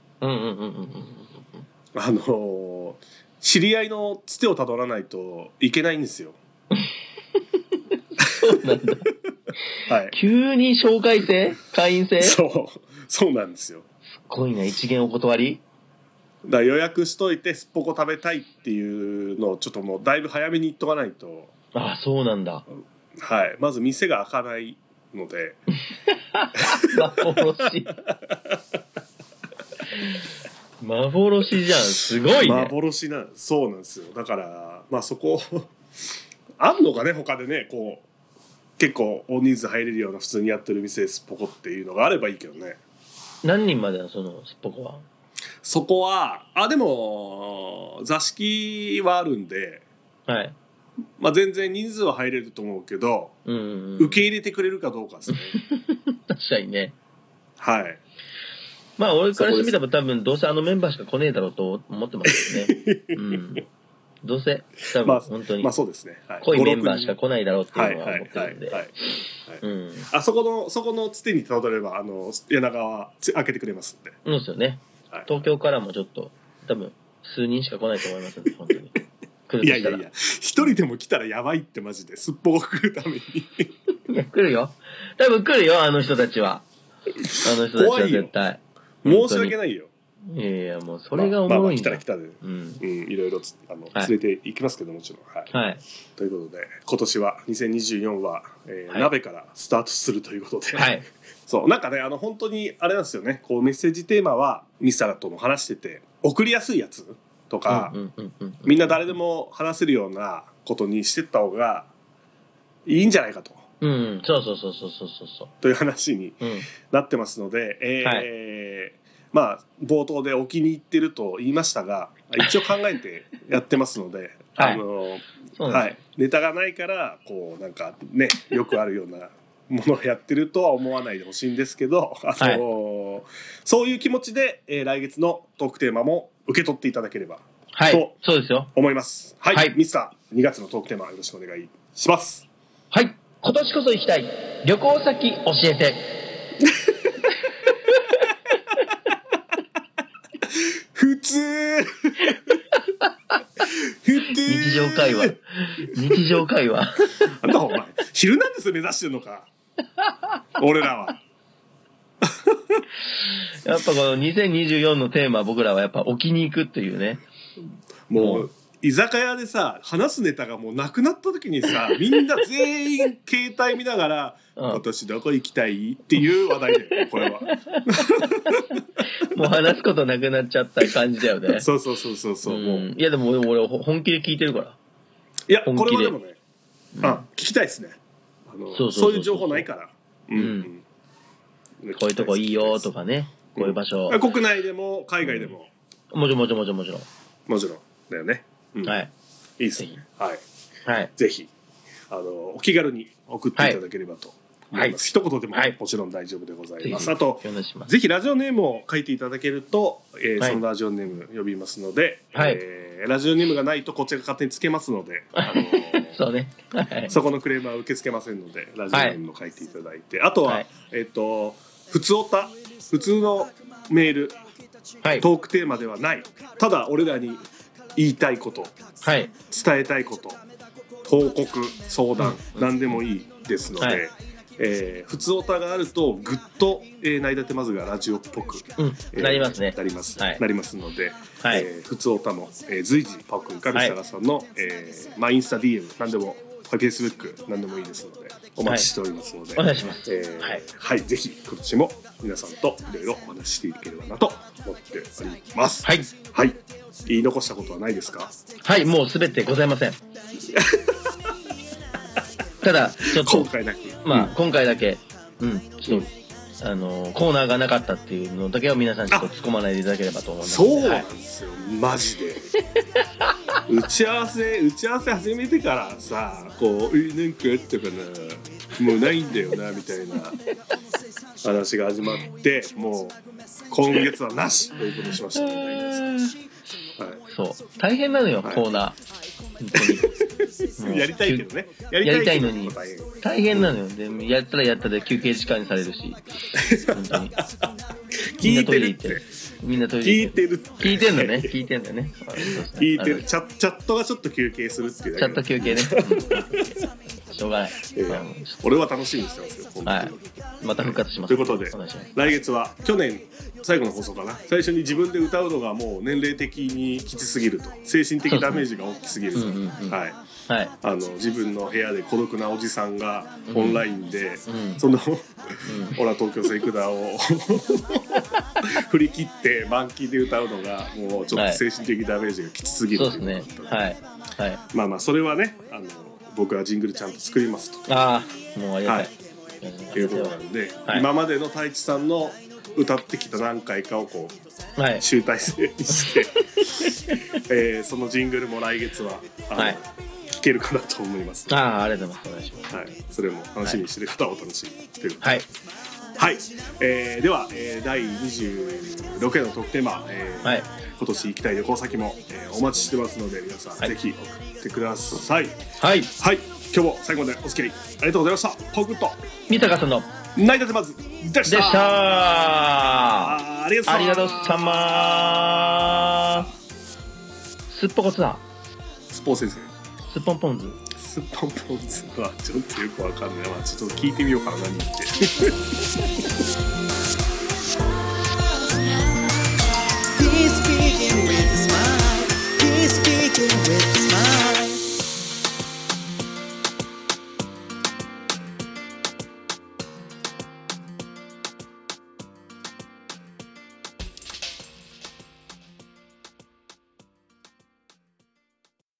知り合いのつてをたどらないといけないんですよ。 そうなんだ。急に紹介制会員制。 そうなんですよ。 すごいな一元お断り。 だから予約しといてすっぽこ食べたいっていうのをちょっともうだいぶ早めに言っとかないと。 そうなんだ。 まず店が開かないので幻じゃん。すごいね。 そうなんですよ。だからそこあんのかね他でねこう結構大人数入れるような普通にやってる店ですっぽこっていうのがあればいいけどね。 何人までなそのすっぽこは。 そこはでも座敷はあるんで、全然人数は入れると思うけど、受け入れてくれるかどうかですね。 確かにね。俺からしてみたら多分どうせメンバーしか来ねえだろうと思ってますよね。どうせ多分本当にそうですね。 濃いメンバーしか来ないだろうっていうのは思ってるんで。 そこのつてにたどれば柳川開けてくれますんで。 そうですよね。東京からもちょっと多分数人しか来ないと思いますんで本当に。 いや一人でも来たらやばいってマジですっぽこ来るために。 いや来るよ。多分来るよあの人たちは。絶対。 申し訳ないよ。 いやもうそれがおもろいんだ。 来たら来たで、いろいろ連れて行きますけどもちろん。はい。ということで今年は2024は、鍋からスタートするということで、はい。そうなんかね本当にあれなんですよね。こうメッセージテーマはミスターとも話してて送りやすいやつとか、みんな誰でも話せるようなことにしてった方がいいんじゃないかと。そう。という話になってますので、まあ冒頭でお気に入ってると言いましたが、一応考えてやってますので、ネタがないからこうなんかねよくあるようなものをやってるとは思わないでほしいんですけど、そういう気持ちで、来月のトークテーマも受け取っていただければと思います。はい、ミスター2月のトークテーマよろしくお願いします。 はい、今年こそ行きたい旅行先教えて。 普通日常会話なんだお前ヒルナンデス目指してるのか俺らは。 やっぱこの2024のテーマ僕らはやっぱ置きに行くっていうね。 もう居酒屋でさ話すネタがもうなくなった時にさみんな全員携帯見ながら今年どこ行きたいっていう話題だよこれは。 もう話すことなくなっちゃった感じだよね。 そう。もういやでも俺本気で聞いてるから。 いやこれはでもね、聞きたいですね。そういう情報ないから。こういうとこいいよとかね、こういう場所。 国内でも海外でも。 もちろんだよね。 はい。 いいですね。はい。ぜひお気軽に送っていただければと思います。一言でももちろん大丈夫でございます。あとぜひラジオネームを書いていただけるとそのラジオネーム呼びますので、ラジオネームがないとこっちが勝手につけますので、 そうね。 そこのクレームは受け付けませんのでラジオネームを書いていただいて、あとは普通のメール、トークテーマではないただ俺らに言いたいこと、伝えたいこと、報告、相談、何でもいいですので、普通オタがあるとぐっと成り立てますがラジオっぽく、 なりますね。 なりますので、普通オタも随時パオ君かミサラさんの、インスタ DM 何でもフェイスブック何でもいいですのでお待ちしておりますので、 お願いします。 ぜひ今年も皆さんといろいろお話ししていければなと思っております。言い残したことはないですか？ もうすべてございません。ただちょっと今回だけちょっとコーナーがなかったっていうのだけは皆さんちょっと突っ込まないでいただければと思います。 そうなんですよ、マジで。打ち合わせ始めてからさ、こうなんかあったかな、もうないんだよなみたいな話が始まって、もう今月はなしということにしましたね。 そう大変なのよコーナー。本当にやりたいけどね、 やりたいのに大変なのよ。でやったらやったで休憩時間にされるし、本当に聞いてるってみんなトイレ行って聞いてんのね。聞いてんだよね。 聞いてる。チャットがちょっと休憩するっていうだけ。 チャット休憩ね。しょうがない。 俺は楽しみにしてますよ。 また復活します。 ということで来月は去年最後の放送かな、最初に自分で歌うのがもう年齢的にきつすぎると、精神的ダメージが大きすぎると、自分の部屋で孤独なおじさんがオンラインで、そのオラ東京セイクダを振り切って満期で歌うのがもうちょっと精神的ダメージがきつすぎるということだったので、まあそれはね僕はジングルちゃんと作りますと。 もうありがたい。 いうことなので、今までの太一さんの歌ってきた何回かをこう、集大成にして、そのジングルも来月は聴けるかなと思います。 ありがとうございます。お願いします。 それも楽しみにしてる方はお楽しみということで、では、第26回のトークテーマ、今年行きたい旅行先も、お待ちしてますので皆さん、ぜひ送ってください。今日も最後までお付き合いありがとうございました。パオ君と三鷹さんの成り立てまずでした。ありがとうさま。 すっぽこつだ。 すっぽ先生。 すっぽんぽんず。 すっぽんぽんずはちょっとよくわかんない。ちょっと聞いてみようかな、何言って。 dancing with